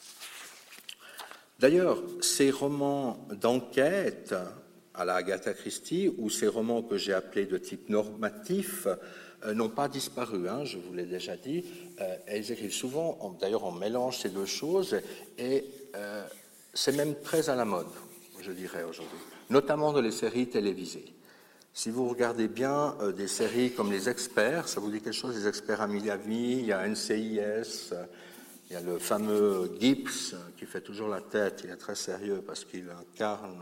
D'ailleurs, ces romans d'enquête à la Agatha Christie, ou ces romans que j'ai appelés de type normatif, n'ont pas disparu, hein, je vous l'ai déjà dit. Elles écrivent souvent, d'ailleurs on mélange ces deux choses, et c'est même très à la mode, je dirais aujourd'hui, notamment dans les séries télévisées. Si vous regardez bien des séries comme Les Experts, ça vous dit quelque chose, Les Experts à Miami, il y a NCIS, il y a le fameux Gibbs qui fait toujours la tête, il est très sérieux parce qu'il incarne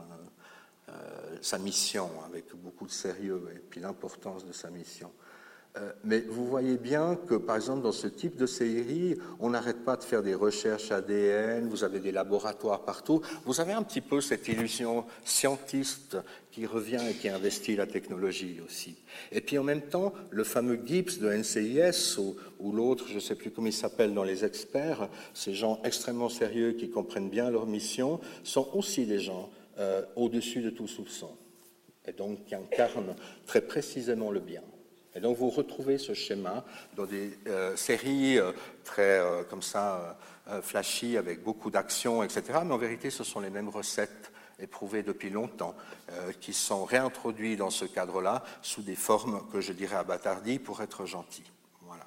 sa mission avec beaucoup de sérieux et puis l'importance de sa mission. Mais vous voyez bien que, par exemple, dans ce type de série, on n'arrête pas de faire des recherches ADN, vous avez des laboratoires partout. Vous avez un petit peu cette illusion scientiste qui revient et qui investit la technologie aussi. Et puis en même temps, le fameux Gibbs de NCIS ou l'autre, je ne sais plus comment il s'appelle dans Les Experts, ces gens extrêmement sérieux qui comprennent bien leur mission, sont aussi des gens au-dessus de tout soupçon. Et donc qui incarnent très précisément le bien. Et donc vous retrouvez ce schéma dans des séries très comme ça flashy avec beaucoup d'action, etc. Mais en vérité, ce sont les mêmes recettes éprouvées depuis longtemps qui sont réintroduites dans ce cadre-là sous des formes que je dirais abattardies pour être gentil. Voilà.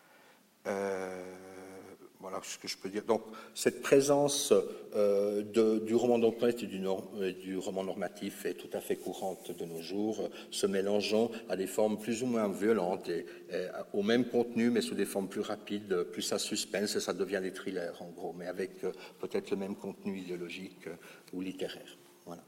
Voilà ce que je peux dire. Donc, cette présence du roman d'enquête et du roman normatif est tout à fait courante de nos jours, se mélangeant à des formes plus ou moins violentes et au même contenu, mais sous des formes plus rapides, plus ça suspense, et ça devient des thrillers, en gros, mais avec peut-être le même contenu idéologique ou littéraire. Voilà.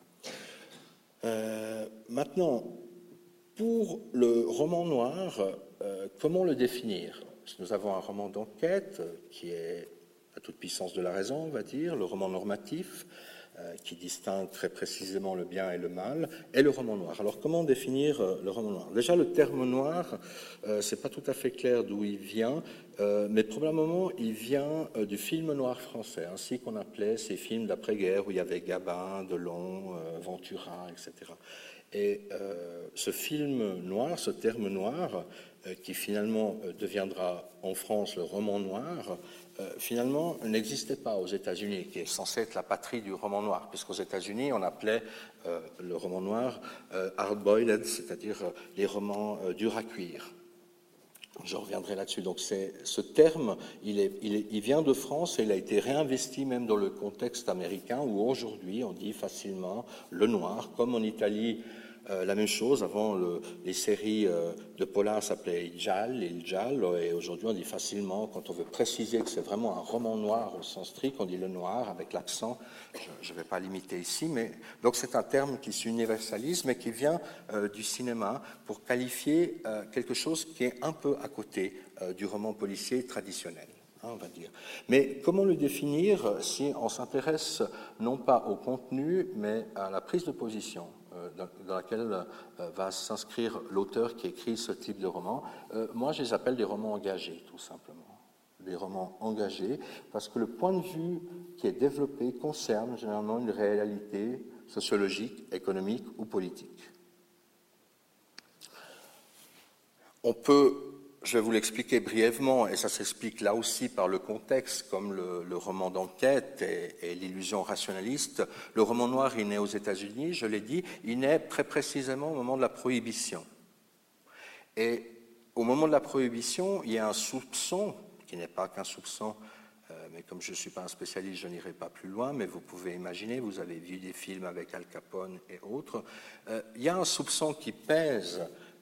Maintenant, pour le roman noir, comment le définir ? Nous avons un roman d'enquête qui est à toute puissance de la raison, on va dire, le roman normatif qui distingue très précisément le bien et le mal, et le roman noir. Alors comment définir le roman noir ? Déjà, le terme noir, c'est pas tout à fait clair d'où il vient, mais probablement il vient du film noir français, ainsi qu'on appelait ces films d'après-guerre où il y avait Gabin, Delon, Ventura, etc. Et ce film noir, ce terme noir, qui finalement deviendra en France le roman noir, finalement n'existait pas aux États-Unis, qui est censé être la patrie du roman noir, puisqu'aux États-Unis on appelait le roman noir hard-boiled, c'est-à-dire les romans durs à cuire. Je reviendrai là-dessus. Donc ce terme, il vient de France et il a été réinvesti même dans le contexte américain où aujourd'hui on dit facilement le noir, comme en Italie. La même chose, avant les séries de polar s'appelaient Il Giallo, et aujourd'hui on dit facilement, quand on veut préciser que c'est vraiment un roman noir au sens strict, on dit le noir avec l'accent, je ne vais pas l'imiter ici, mais donc c'est un terme qui s'universalise, mais qui vient du cinéma pour qualifier quelque chose qui est un peu à côté du roman policier traditionnel. On va dire. Mais comment le définir si on s'intéresse non pas au contenu, mais à la prise de position dans laquelle va s'inscrire l'auteur qui écrit ce type de roman? Moi, je les appelle des romans engagés, tout simplement. des romans engagés, parce que le point de vue qui est développé concerne généralement une réalité sociologique, économique ou politique. On peut, je vais vous l'expliquer brièvement, et ça s'explique là aussi par le contexte, comme le roman d'enquête et l'illusion rationaliste. Le roman noir, il naît aux États-Unis, je l'ai dit, il naît très précisément au moment de la Prohibition. Et au moment de la Prohibition, il y a un soupçon, qui n'est pas qu'un soupçon, mais comme je ne suis pas un spécialiste, je n'irai pas plus loin, mais vous pouvez imaginer, vous avez vu des films avec Al Capone et autres, il y a un soupçon qui pèse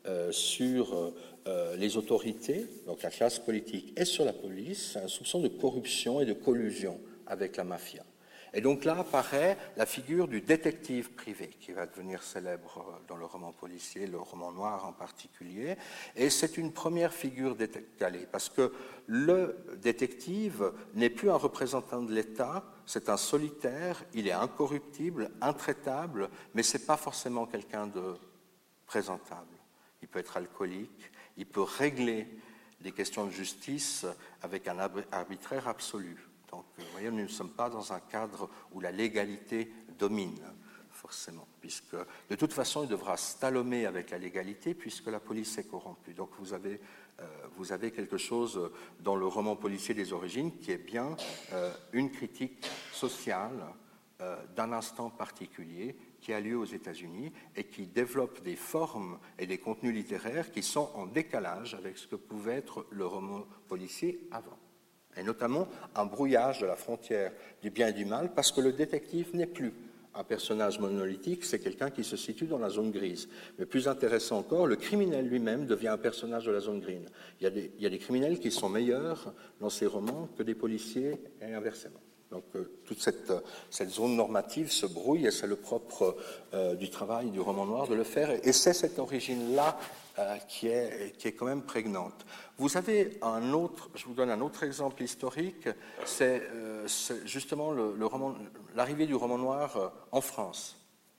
sur les autorités, donc la classe politique, et sur la police, un soupçon de corruption et de collusion avec la mafia. Et donc là apparaît la figure du détective privé, qui va devenir célèbre dans le roman policier, le roman noir en particulier. Et c'est une première figure détectée, parce que le détective n'est plus un représentant de l'État, c'est un solitaire, il est incorruptible, intraitable, mais ce n'est pas forcément quelqu'un de présentable. Il peut être alcoolique, il peut régler des questions de justice avec un arbitraire absolu. Donc, vous voyez, nous ne sommes pas dans un cadre où la légalité domine, forcément, puisque de toute façon, il devra slalomer avec la légalité, puisque la police est corrompue. Donc, vous avez quelque chose dans le roman policier des origines qui est bien une critique sociale d'un instant particulier qui a lieu aux États-Unis et qui développe des formes et des contenus littéraires qui sont en décalage avec ce que pouvait être le roman policier avant. Et notamment un brouillage de la frontière du bien et du mal, parce que le détective n'est plus un personnage monolithique, c'est quelqu'un qui se situe dans la zone grise. Mais plus intéressant encore, le criminel lui-même devient un personnage de la zone green. Il y a des criminels qui sont meilleurs dans ces romans que des policiers et inversement. Donc toute cette zone normative se brouille et c'est le propre du travail du roman noir de le faire. Et c'est cette origine-là qui est quand même prégnante. Vous avez je vous donne un autre exemple historique, c'est justement l'arrivée du roman noir en France.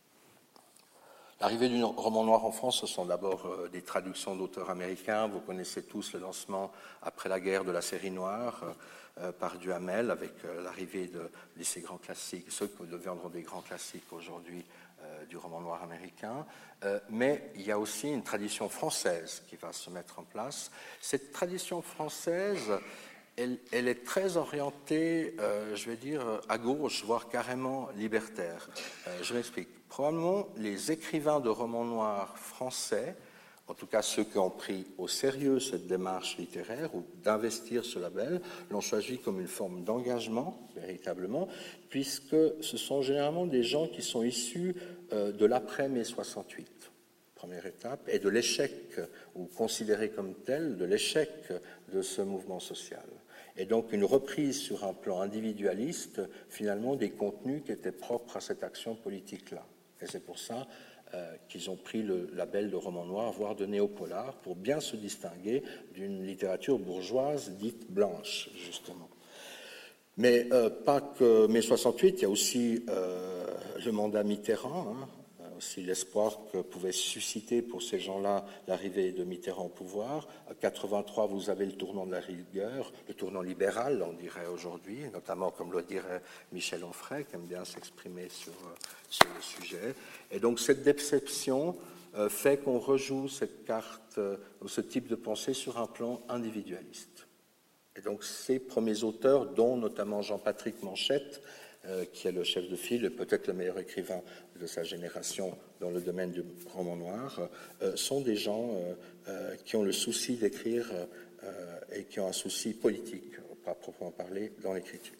L'arrivée du roman noir en France, ce sont d'abord des traductions d'auteurs américains. Vous connaissez tous le lancement après la guerre de la série noire par Duhamel, avec l'arrivée de ces grands classiques, ceux qui deviendront des grands classiques aujourd'hui du roman noir américain. Mais il y a aussi une tradition française qui va se mettre en place. Cette tradition française, elle est très orientée, je vais dire, à gauche, voire carrément libertaire. Je m'explique. Probablement, les écrivains de romans noirs français, en tout cas ceux qui ont pris au sérieux cette démarche littéraire ou d'investir ce label, l'ont choisi comme une forme d'engagement, véritablement, puisque ce sont généralement des gens qui sont issus de l'après-mai 68, première étape, et de l'échec, ou considérés comme tel, de l'échec de ce mouvement social. Et donc une reprise sur un plan individualiste, finalement, des contenus qui étaient propres à cette action politique-là. Et c'est pour ça qu'ils ont pris le label de roman noir, voire de néopolar, pour bien se distinguer d'une littérature bourgeoise dite blanche, justement. Mais pas que mai 68, il y a aussi le mandat Mitterrand, aussi l'espoir que pouvait susciter pour ces gens-là l'arrivée de Mitterrand au pouvoir. En 83, vous avez le tournant de la rigueur, le tournant libéral, on dirait aujourd'hui, notamment comme le dirait Michel Onfray, qui aime bien s'exprimer sur le sujet. Et donc cette déception fait qu'on rejoue cette carte, ce type de pensée sur un plan individualiste. Et donc ces premiers auteurs, dont notamment Jean-Patrick Manchette, qui est le chef de file et peut-être le meilleur écrivain de sa génération dans le domaine du roman noir, sont des gens qui ont le souci d'écrire et qui ont un souci politique, pas proprement parler, dans l'écriture.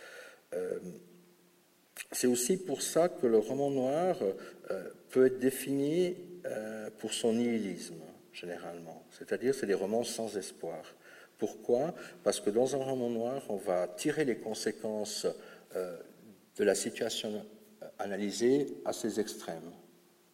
C'est aussi pour ça que le roman noir peut être défini pour son nihilisme, généralement. C'est-à-dire, c'est des romans sans espoir. Pourquoi ? Parce que dans un roman noir, on va tirer les conséquences de la situation analysée à ses extrêmes. Pourquoi ?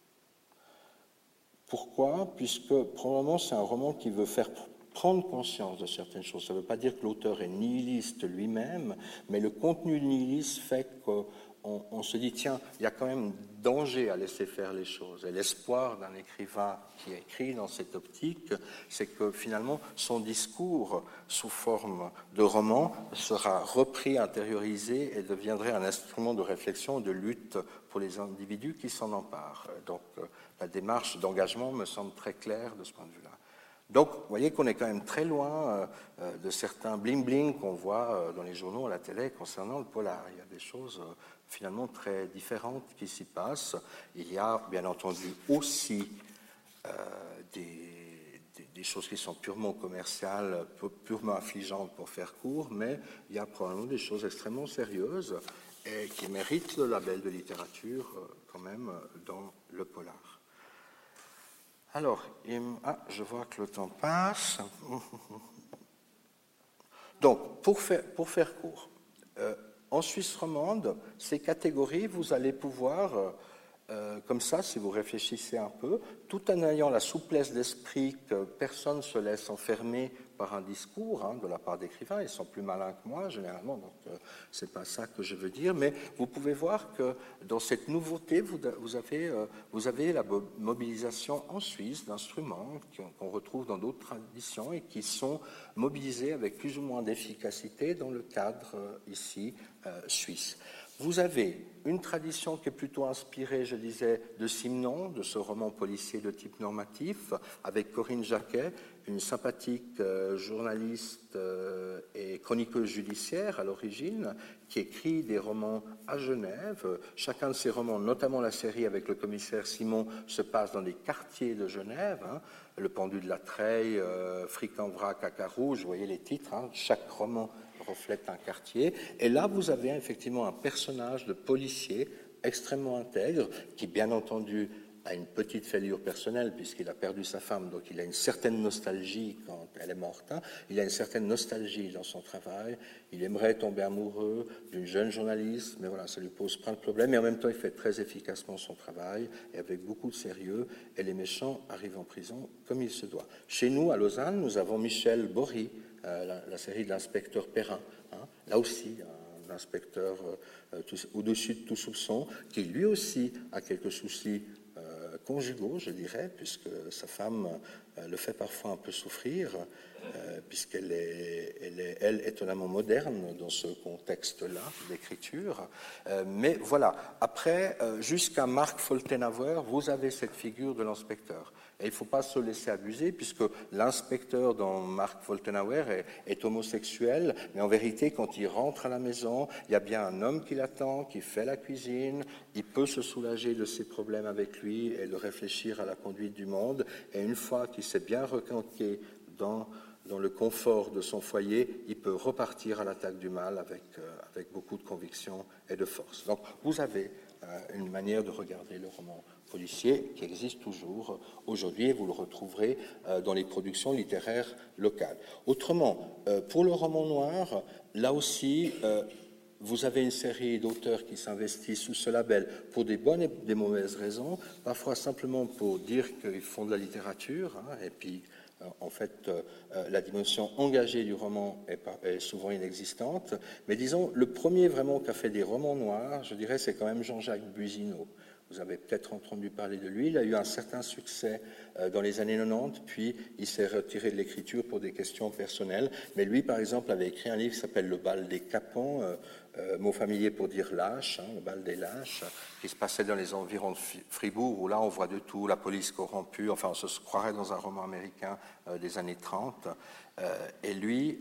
Puisque probablement c'est un roman qui veut faire prendre conscience de certaines choses. Ça ne veut pas dire que l'auteur est nihiliste lui-même, mais le contenu nihiliste fait qu'on se dit, tiens, il y a quand même danger à laisser faire les choses. Et l'espoir d'un écrivain qui écrit dans cette optique, c'est que finalement, son discours, sous forme de roman, sera repris, intériorisé et deviendrait un instrument de réflexion, de lutte pour les individus qui s'en emparent. Donc, la démarche d'engagement me semble très claire de ce point de vue-là. Donc, vous voyez qu'on est quand même très loin de certains bling-bling qu'on voit dans les journaux, à la télé, concernant le polar. Il y a des choses finalement très différentes qui s'y passent. Il y a, bien entendu, aussi des choses qui sont purement commerciales, purement affligeantes pour faire court, mais il y a probablement des choses extrêmement sérieuses et qui méritent le label de littérature quand même dans le polar. Alors, je vois que le temps passe. Donc, pour faire court, en Suisse romande, ces catégories, vous allez pouvoir, comme ça, si vous réfléchissez un peu, tout en ayant la souplesse d'esprit que personne ne se laisse enfermer par un discours de la part d'écrivains, ils sont plus malins que moi généralement, donc c'est pas ça que je veux dire, mais vous pouvez voir que dans cette nouveauté, vous avez la mobilisation en Suisse d'instruments qu'on retrouve dans d'autres traditions et qui sont mobilisés avec plus ou moins d'efficacité dans le cadre ici suisse. Vous avez une tradition qui est plutôt inspirée, je disais, de Simenon, de ce roman policier de type normatif, avec Corinne Jacquet, une sympathique journaliste et chroniqueuse judiciaire à l'origine, qui écrit des romans à Genève. Chacun de ces romans, notamment la série avec le commissaire Simon, se passe dans des quartiers de Genève. Le pendu de la Treille, Fric en vrac, Caca rouge, vous voyez les titres, chaque roman reflète un quartier. Et là, vous avez effectivement un personnage de policier extrêmement intègre, qui, bien entendu, a une petite fêlure personnelle, puisqu'il a perdu sa femme, donc il a une certaine nostalgie quand elle est morte. Il a une certaine nostalgie dans son travail. Il aimerait tomber amoureux d'une jeune journaliste, mais voilà, ça lui pose plein de problèmes. Et en même temps, il fait très efficacement son travail, et avec beaucoup de sérieux, et les méchants arrivent en prison comme il se doit. Chez nous, à Lausanne, nous avons Michel Bory, la série de l'inspecteur Perrin. Là aussi, un inspecteur au-dessus de tout soupçon, qui lui aussi a quelques soucis conjugaux, je dirais, puisque sa femme le fait parfois un peu souffrir, puisqu'elle elle, étonnamment moderne dans ce contexte-là d'écriture. Mais voilà, après, jusqu'à Marc Foltenhauer, vous avez cette figure de l'inspecteur. Et il ne faut pas se laisser abuser, puisque l'inspecteur dans Marc Foltenhauer est homosexuel, mais en vérité, quand il rentre à la maison, il y a bien un homme qui l'attend, qui fait la cuisine, il peut se soulager de ses problèmes avec lui et de réfléchir à la conduite du monde. Et une fois qu'il s'est bien requinqué dans le confort de son foyer, il peut repartir à l'attaque du mal avec beaucoup de conviction et de force. Donc, vous avez une manière de regarder le roman policier qui existe toujours aujourd'hui et vous le retrouverez dans les productions littéraires locales. Autrement, pour le roman noir, là aussi, vous avez une série d'auteurs qui s'investissent sous ce label pour des bonnes et des mauvaises raisons, parfois simplement pour dire qu'ils font de la littérature, et puis en fait, la dimension engagée du roman est souvent inexistante. Mais disons, le premier vraiment qui a fait des romans noirs, je dirais, c'est quand même Jean-Jacques Buzinot. Vous avez peut-être entendu parler de lui. Il a eu un certain succès dans les années 90, puis il s'est retiré de l'écriture pour des questions personnelles. Mais lui, par exemple, avait écrit un livre qui s'appelle Le bal des capons, mot familier pour dire lâche, le bal des lâches, qui se passait dans les environs de Fribourg, où là on voit de tout, la police corrompue, enfin on se croirait dans un roman américain des années 30. Et lui,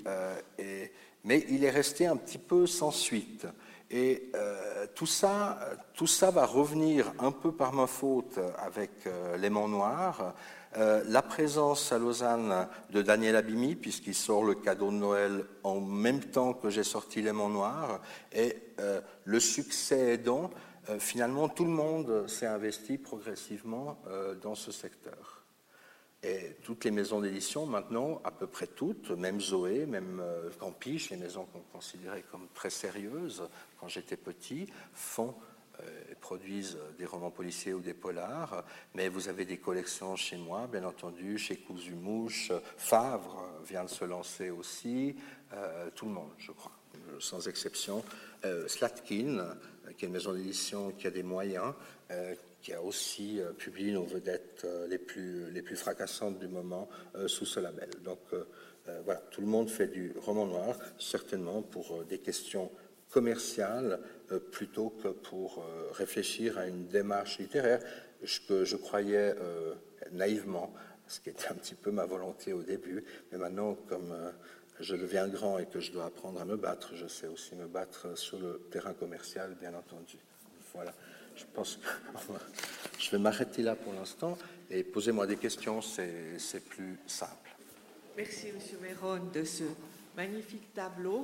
mais il est resté un petit peu sans suite. Et tout ça va revenir un peu par ma faute avec L'aimant noir. La présence à Lausanne de Daniel Abimi, puisqu'il sort le cadeau de Noël en même temps que j'ai sorti L'aimant noir, et le succès aidant, finalement tout le monde s'est investi progressivement dans ce secteur. Et toutes les maisons d'édition, maintenant, à peu près toutes, même Zoé, même Campiche, les maisons qu'on considérait comme très sérieuses quand j'étais petit, font produisent des romans policiers ou des polars, mais vous avez des collections chez moi, bien entendu, chez Cousu-Mouche, Favre vient de se lancer aussi, tout le monde, je crois, sans exception. Slatkin, qui est une maison d'édition qui a des moyens, qui a aussi publié nos vedettes les plus fracassantes du moment sous ce label. Donc voilà, tout le monde fait du roman noir, certainement pour des questions commerciales plutôt que pour réfléchir à une démarche littéraire que je croyais naïvement, ce qui était un petit peu ma volonté au début, mais maintenant comme je deviens grand et que je dois apprendre à me battre, je sais aussi me battre sur le terrain commercial, bien entendu. Voilà, je pense que je vais m'arrêter là pour l'instant et posez-moi des questions, c'est plus simple. Merci, M. Meron, de ce magnifique tableau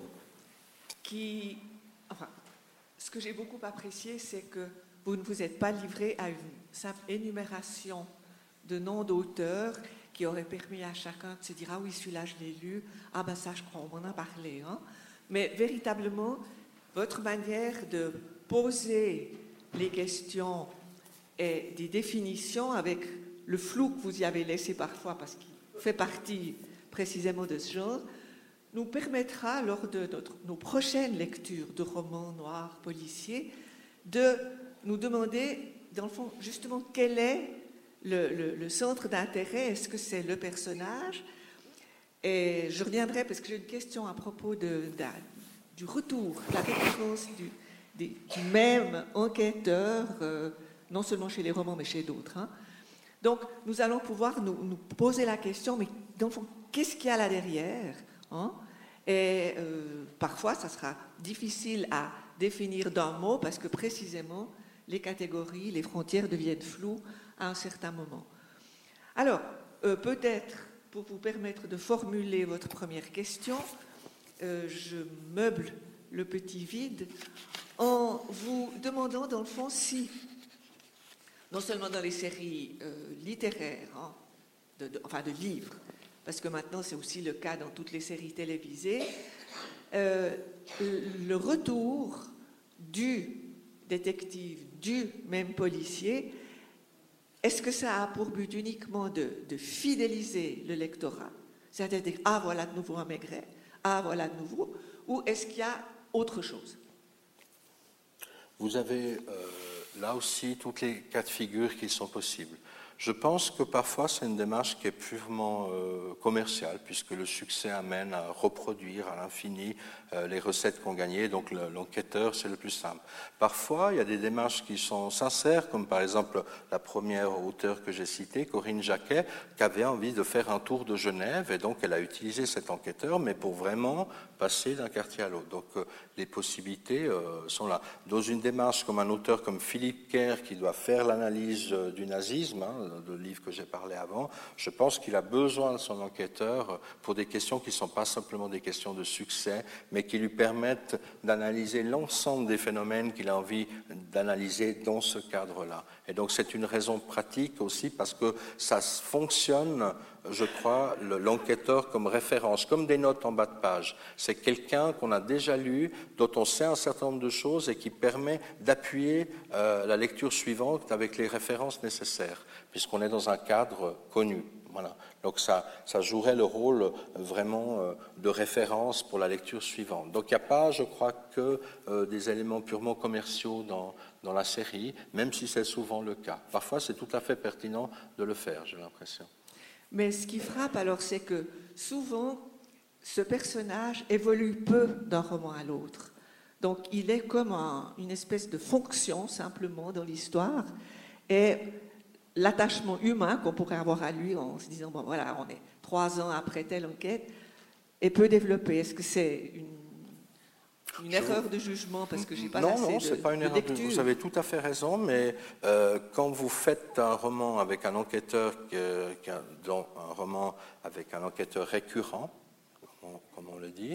qui... Enfin, ce que j'ai beaucoup apprécié, c'est que vous ne vous êtes pas livré à une simple énumération de noms d'auteurs qui aurait permis à chacun de se dire « Ah oui, celui-là, je l'ai lu. Ah ben ça, je crois, on m'en a parlé. Hein. » Mais véritablement, votre manière de poser les questions et des définitions avec le flou que vous y avez laissé parfois, parce qu'il fait partie précisément de ce genre, nous permettra, lors de nos prochaines lectures de romans noirs policiers, de nous demander, dans le fond, justement, quel est le centre d'intérêt. Est-ce que c'est le personnage? Et je reviendrai, parce que j'ai une question à propos du retour, de la récurrence du même enquêteur, non seulement chez les romans, mais chez d'autres. Hein. Donc, nous allons pouvoir nous poser la question, mais dans le fond, qu'est-ce qu'il y a là derrière, hein? Et parfois, ça sera difficile à définir d'un mot parce que précisément, les catégories, les frontières deviennent floues à un certain moment. Alors, peut-être, pour vous permettre de formuler votre première question, je meuble le petit vide en vous demandant, dans le fond, si, non seulement dans les séries littéraires, hein, de livres, parce que maintenant c'est aussi le cas dans toutes les séries télévisées, le retour du détective, du même policier, est-ce que ça a pour but uniquement de fidéliser le lectorat, c'est-à-dire « Ah, voilà de nouveau un Maigret, ah, voilà de nouveau », ou est-ce qu'il y a autre chose? Vous avez là aussi toutes les cas de figure qui sont possibles. Je pense que parfois c'est une démarche qui est purement commerciale, puisque le succès amène à reproduire à l'infini les recettes qu'on gagnait, donc l'enquêteur c'est le plus simple. Parfois il y a des démarches qui sont sincères, comme par exemple la première auteure que j'ai citée, Corinne Jacquet, qui avait envie de faire un tour de Genève, et donc elle a utilisé cet enquêteur, mais pour vraiment passer d'un quartier à l'autre. Donc les possibilités sont là. Dans une démarche comme un auteur comme Philippe Kerr, qui doit faire l'analyse du nazisme, hein, le livre que j'ai parlé avant, je pense qu'il a besoin de son enquêteur pour des questions qui ne sont pas simplement des questions de succès, mais qui lui permettent d'analyser l'ensemble des phénomènes qu'il a envie d'analyser dans ce cadre-là. Et donc c'est une raison pratique aussi parce que ça fonctionne, je crois, l'enquêteur comme référence, comme des notes en bas de page. C'est quelqu'un qu'on a déjà lu, dont on sait un certain nombre de choses et qui permet d'appuyer la lecture suivante avec les références nécessaires, puisqu'on est dans un cadre connu. Voilà. Donc ça jouerait le rôle vraiment de référence pour la lecture suivante. Donc il n'y a pas, je crois, que des éléments purement commerciaux dans la série, même si c'est souvent le cas. Parfois, c'est tout à fait pertinent de le faire, j'ai l'impression. Mais ce qui frappe, alors, c'est que souvent, ce personnage évolue peu d'un roman à l'autre. Donc, il est comme une espèce de fonction, simplement, dans l'histoire. Et l'attachement humain qu'on pourrait avoir à lui en se disant, bon, voilà, on est 3 ans après telle enquête, est peu développé. Est-ce que c'est une erreur de jugement parce que j'ai pas assez de lecture? Non, c'est pas une erreur. Vous avez tout à fait raison, mais quand vous faites un roman avec un enquêteur, un roman avec un enquêteur récurrent, comme on le dit,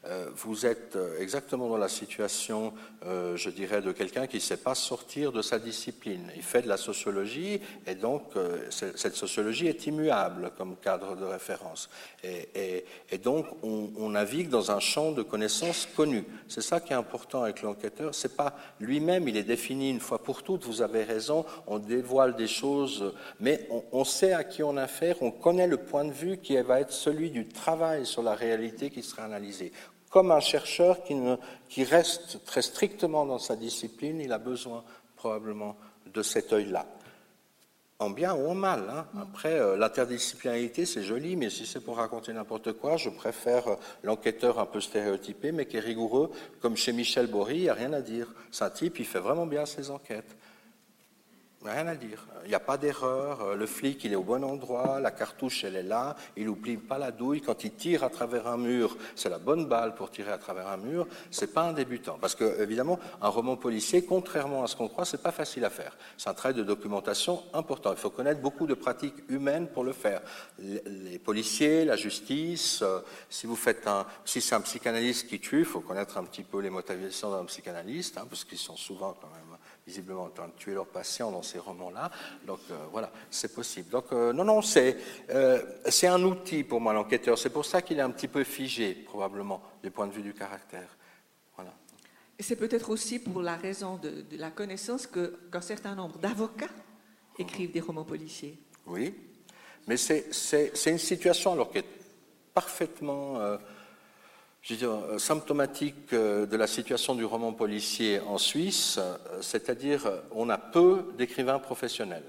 Vous êtes exactement dans la situation, je dirais, de quelqu'un qui ne sait pas sortir de sa discipline. Il fait de la sociologie et donc cette sociologie est immuable comme cadre de référence. Et donc on navigue dans un champ de connaissances connues. C'est ça qui est important avec l'enquêteur. C'est pas lui-même, il est défini une fois pour toutes. Vous avez raison, on dévoile des choses, mais on sait à qui on a affaire, on connaît le point de vue qui va être celui du travail sur la réalité qui sera analysée. Comme un chercheur qui reste très strictement dans sa discipline, il a besoin probablement de cet œil-là. En bien ou en mal. Hein. Après, l'interdisciplinarité, c'est joli, mais si c'est pour raconter n'importe quoi, je préfère l'enquêteur un peu stéréotypé, mais qui est rigoureux, comme chez Michel Bory, il n'y a rien à dire. C'est un type, il fait vraiment bien ses enquêtes. Rien à dire. Il n'y a pas d'erreur. Le flic, il est au bon endroit. La cartouche, elle est là. Il n'oublie pas la douille. Quand il tire à travers un mur, c'est la bonne balle pour tirer à travers un mur. C'est pas un débutant. Parce que, évidemment, un roman policier, contrairement à ce qu'on croit, c'est pas facile à faire. C'est un travail de documentation important. Il faut connaître beaucoup de pratiques humaines pour le faire. Les policiers, la justice. Si c'est un psychanalyste qui tue, il faut connaître un petit peu les motivations d'un psychanalyste, hein, parce qu'ils sont souvent quand même visiblement en train de tuer leurs patients dans ces romans-là. Donc voilà, c'est possible. Donc non, c'est un outil pour moi, l'enquêteur. C'est pour ça qu'il est un petit peu figé, probablement, du point de vue du caractère. Voilà. Et c'est peut-être aussi pour la raison de la connaissance qu'un certain nombre d'avocats écrivent des romans policiers. Oui, mais c'est une situation alors qui est parfaitement... je veux dire, symptomatique de la situation du roman policier en Suisse, c'est-à-dire on a peu d'écrivains professionnels.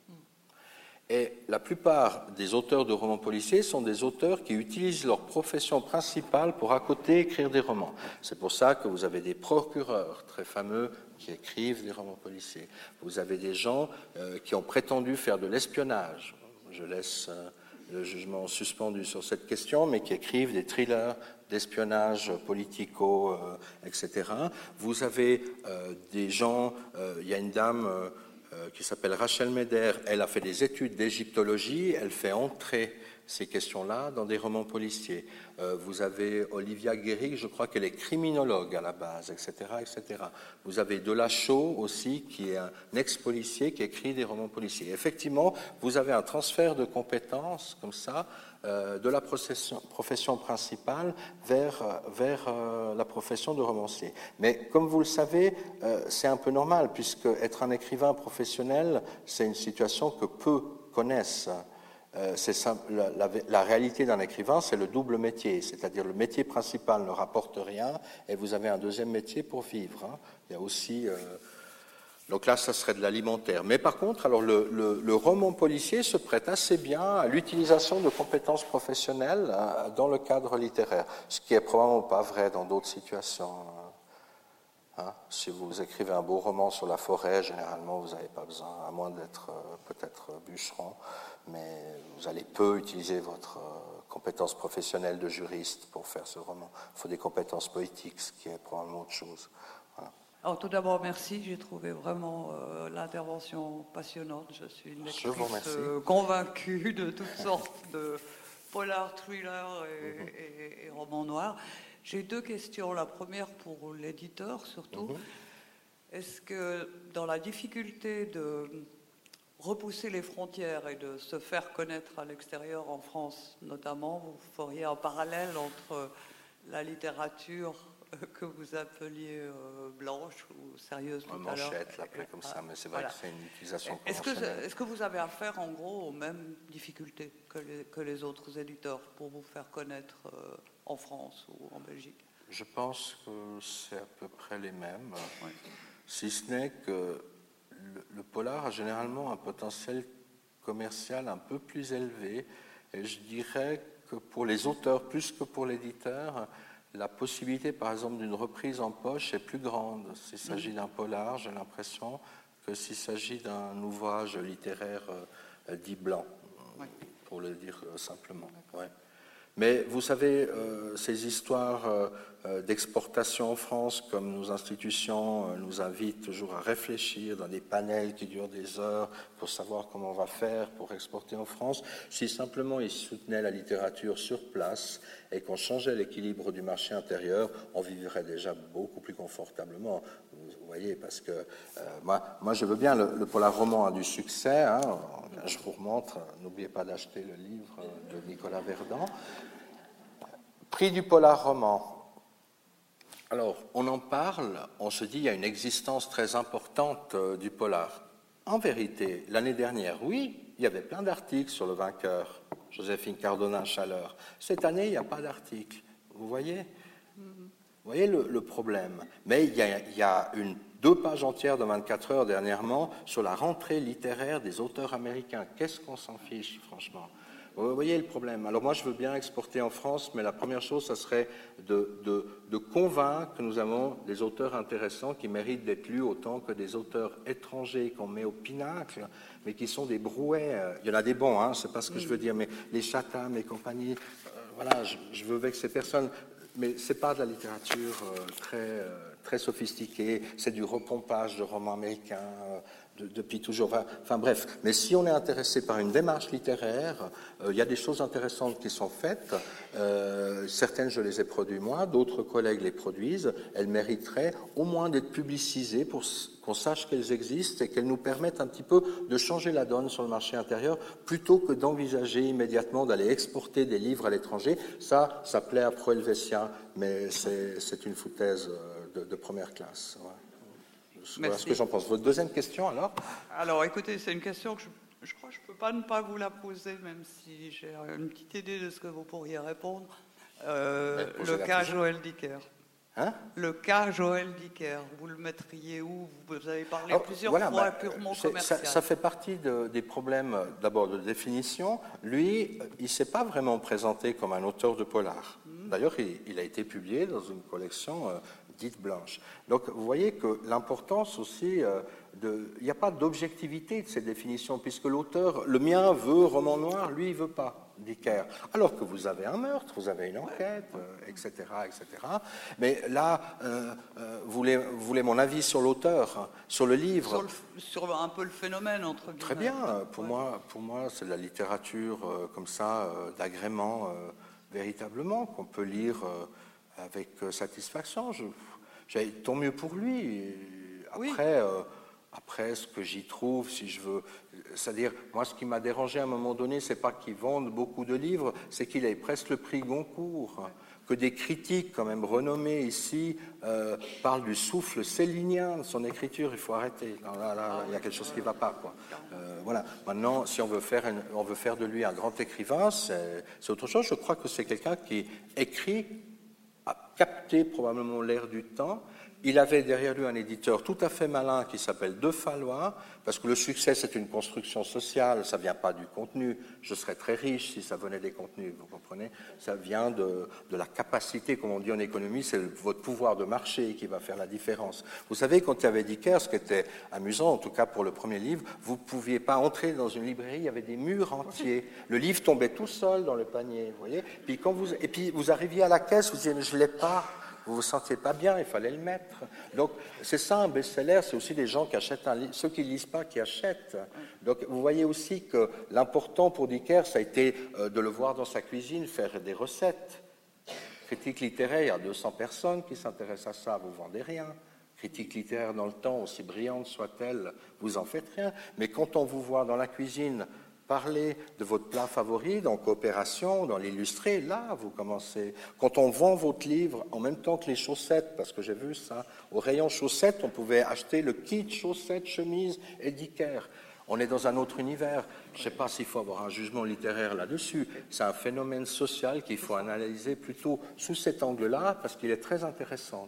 Et la plupart des auteurs de romans policiers sont des auteurs qui utilisent leur profession principale pour à côté écrire des romans. C'est pour ça que vous avez des procureurs très fameux qui écrivent des romans policiers. Vous avez des gens qui ont prétendu faire de l'espionnage. Je laisse le jugement suspendu sur cette question, mais qui écrivent des thrillers d'espionnage politico, etc. Vous avez des gens, il y a une dame qui s'appelle Rachel Meder, elle a fait des études d'égyptologie, elle fait entrer ces questions-là dans des romans policiers. Vous avez Olivia Guéry, je crois qu'elle est criminologue à la base, etc., etc. Vous avez Delachaux aussi, qui est un ex-policier qui écrit des romans policiers. Effectivement, vous avez un transfert de compétences comme ça, de la profession principale vers la profession de romancier. Mais comme vous le savez, c'est un peu normal, puisque être un écrivain professionnel, c'est une situation que peu connaissent. La réalité d'un écrivain, c'est le double métier, c'est-à-dire le métier principal ne rapporte rien et vous avez un deuxième métier pour vivre. Hein. Il y a aussi... donc là, ça serait de l'alimentaire. Mais par contre, alors le roman policier se prête assez bien à l'utilisation de compétences professionnelles dans le cadre littéraire, ce qui est probablement pas vrai dans d'autres situations. Hein, si vous écrivez un beau roman sur la forêt, généralement, vous n'avez pas besoin, à moins d'être peut-être bûcheron, mais vous allez peu utiliser votre compétence professionnelle de juriste pour faire ce roman. Il faut des compétences poétiques, ce qui est probablement autre chose. Voilà. Alors tout d'abord, merci. J'ai trouvé vraiment l'intervention passionnante. Je suis une lectrice convaincue de toutes sortes de polars, thrillers et romans noirs. J'ai deux questions. La première pour l'éditeur surtout. Est-ce que dans la difficulté de repousser les frontières et de se faire connaître à l'extérieur, en France notamment, vous feriez un parallèle entre la littérature que vous appeliez blanche ou sérieuse tout à l'heure. Manchette, l'appelait comme ça, mais c'est vrai que c'est une utilisation conventionnelle. Est-ce que vous avez affaire en gros aux mêmes difficultés que les autres éditeurs pour vous faire connaître en France ou en Belgique? Je pense que c'est à peu près les mêmes, si ce n'est que le polar a généralement un potentiel commercial un peu plus élevé, et je dirais que pour les auteurs plus que pour l'éditeur, la possibilité, par exemple, d'une reprise en poche est plus grande s'il s'agit d'un polar, j'ai l'impression, que s'il s'agit d'un ouvrage littéraire dit blanc, pour le dire simplement. Ouais. Mais vous savez, ces histoires d'exportation en France, comme nos institutions nous invitent toujours à réfléchir dans des panels qui durent des heures pour savoir comment on va faire pour exporter en France, si simplement ils soutenaient la littérature sur place et qu'on changeait l'équilibre du marché intérieur, on vivrait déjà beaucoup plus confortablement. Vous voyez, parce que moi je veux bien, le polar roman a du succès, hein, je vous remontre, n'oubliez pas d'acheter le livre de Nicolas Verdun. Prix du polar roman. Alors, on en parle, on se dit il y a une existence très importante du polar. En vérité, l'année dernière, oui, il y avait plein d'articles sur le vainqueur, Joséphine Cardona-Chaleur. Cette année, il n'y a pas d'article. Vous voyez le problème. Mais il y a 2 pages entières de 24 heures dernièrement sur la rentrée littéraire des auteurs américains. Qu'est-ce qu'on s'en fiche, franchement ? Vous voyez le problème. Alors moi, je veux bien exporter en France, mais la première chose, ça serait de convaincre que nous avons des auteurs intéressants qui méritent d'être lus autant que des auteurs étrangers qu'on met au pinacle, mais qui sont des brouets. Il y en a des bons, hein, c'est pas ce que je veux dire, mais les Chatham et compagnie, voilà, je veux avec ces personnes, mais c'est pas de la littérature très sophistiquée, c'est du repompage de romans américains, depuis toujours. Enfin bref, mais si on est intéressé par une démarche littéraire, il y a des choses intéressantes qui sont faites. Certaines, je les ai produites moi, d'autres collègues les produisent. Elles mériteraient au moins d'être publicisées pour qu'on sache qu'elles existent et qu'elles nous permettent un petit peu de changer la donne sur le marché intérieur plutôt que d'envisager immédiatement d'aller exporter des livres à l'étranger. Ça plaît à Pro-Helvétien, mais c'est une foutaise de première classe. Ouais. Voilà ce que j'en pense. Votre deuxième question, alors ? Alors, écoutez, c'est une question que je crois que je ne peux pas ne pas vous la poser, même si j'ai une petite idée de ce que vous pourriez répondre. Le cas Joël Dicker. Hein ? Le cas Joël Dicker, vous le mettriez où ? Vous avez parlé plusieurs fois purement commercial. Ça fait partie des problèmes, d'abord, de définition. Lui, il ne s'est pas vraiment présenté comme un auteur de polar. D'ailleurs, il a été publié dans une collection dite blanche. Donc, vous voyez que l'importance aussi, il n'y a pas d'objectivité de ces définitions, puisque l'auteur, le mien veut roman noir, lui, il ne veut pas Dicker. Alors que vous avez un meurtre, vous avez une enquête, etc., etc. Mais là, vous voulez mon avis sur l'auteur, sur le livre. Sur un peu le phénomène, entre guillemets. Très bien. Pour moi, c'est de la littérature comme ça, d'agrément, véritablement, qu'on peut lire avec satisfaction. Tant mieux pour lui. Après, ce que j'y trouve, si je veux... C'est-à-dire, moi, ce qui m'a dérangé à un moment donné, c'est pas qu'il vende beaucoup de livres, c'est qu'il ait presque le prix Goncourt. Que des critiques, quand même renommés ici, parlent du souffle célinien de son écriture. Il faut arrêter. Là, il y a quelque chose qui ne va pas, quoi. Voilà. Maintenant, si on veut faire de lui un grand écrivain, c'est autre chose. Je crois que c'est quelqu'un qui écrit, a capté probablement l'air du temps. Il avait derrière lui un éditeur tout à fait malin qui s'appelle De Fallois, parce que le succès, c'est une construction sociale, ça ne vient pas du contenu. Je serais très riche si ça venait des contenus, vous comprenez ? Ça vient de la capacité, comme on dit en économie, c'est votre pouvoir de marché qui va faire la différence. Vous savez, quand il y avait Dicker, ce qui était amusant, en tout cas pour le premier livre, vous ne pouviez pas entrer dans une librairie, il y avait des murs entiers. Le livre tombait tout seul dans le panier, vous voyez ? Puis et puis vous arriviez à la caisse, vous disiez, mais je ne l'ai pas. Vous ne vous sentiez pas bien, il fallait le mettre. Donc, c'est ça un best-seller, c'est aussi des gens qui achètent un livre, ceux qui ne lisent pas, qui achètent. Donc, vous voyez aussi que l'important pour Dicker, ça a été de le voir dans sa cuisine faire des recettes. Critique littéraire, il y a 200 personnes qui s'intéressent à ça, vous ne vendez rien. Critique littéraire dans le temps, aussi brillante soit-elle, vous en faites rien. Mais quand on vous voit dans la cuisine parler de votre plat favori, dans Coopération, dans l'illustré, là, vous commencez. Quand on vend votre livre, en même temps que les chaussettes, parce que j'ai vu ça, au rayon chaussettes, on pouvait acheter le kit chaussettes, chemises et Dicker. On est dans un autre univers. Je ne sais pas s'il faut avoir un jugement littéraire là-dessus. C'est un phénomène social qu'il faut analyser plutôt sous cet angle-là, parce qu'il est très intéressant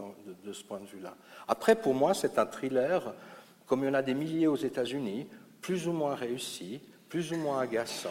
de ce point de vue-là. Après, pour moi, c'est un thriller, comme il y en a des milliers aux États-Unis, plus ou moins réussi, plus ou moins agaçant,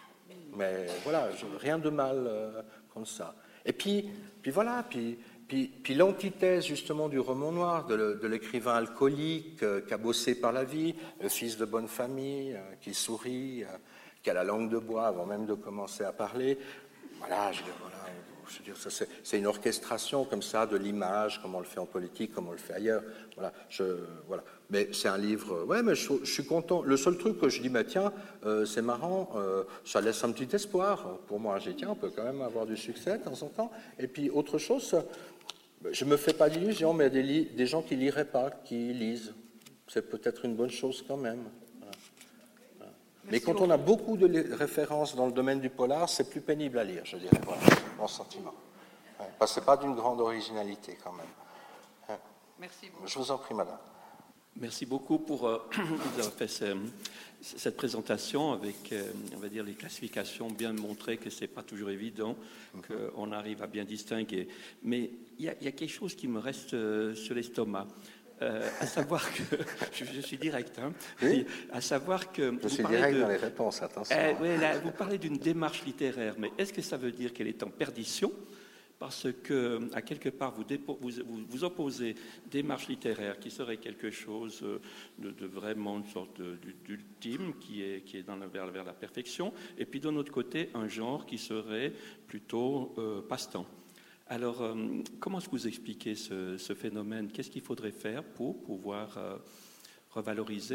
mais voilà, rien de mal comme ça. Et puis voilà, puis l'antithèse justement du roman noir, de l'écrivain alcoolique, cabossé par la vie, le fils de bonne famille, qui sourit, qui a la langue de bois avant même de commencer à parler. Voilà, Je veux dire, c'est une orchestration comme ça de l'image, comme on le fait en politique, comme on le fait ailleurs. Voilà, voilà. Mais c'est un livre... Ouais, mais je suis content. Le seul truc que je dis, bah, tiens, c'est marrant, ça laisse un petit espoir. Pour moi, j'ai dit, tiens, on peut quand même avoir du succès de temps en temps. Et puis, autre chose, je ne me fais pas d'illusions, mais il y a des gens qui ne liraient pas, qui lisent. C'est peut-être une bonne chose quand même. Voilà. Voilà. Mais quand on a beaucoup de références dans le domaine du polar, c'est plus pénible à lire, je dirais. Voilà, mon sentiment. Ouais, parce que ce n'est pas d'une grande originalité quand même. Ouais. Merci beaucoup. Je vous en prie, madame. Merci beaucoup pour avoir fait cette présentation avec, on va dire, les classifications, bien montrer que ce n'est pas toujours évident, qu'on arrive à bien distinguer. Mais il y a quelque chose qui me reste sur l'estomac. À savoir que, je suis direct, hein, oui, à savoir que... Je suis direct dans les réponses, attention. Oui, là, vous parlez d'une démarche littéraire, mais est-ce que ça veut dire qu'elle est en perdition ? Parce que, à quelque part, vous opposez démarche littéraire qui serait quelque chose de vraiment une sorte d'ultime, qui est vers la perfection, et puis d'un autre côté, un genre qui serait plutôt passe-temps. Alors, comment est-ce que vous expliquez ce phénomène ? Qu'est-ce qu'il faudrait faire pour pouvoir revaloriser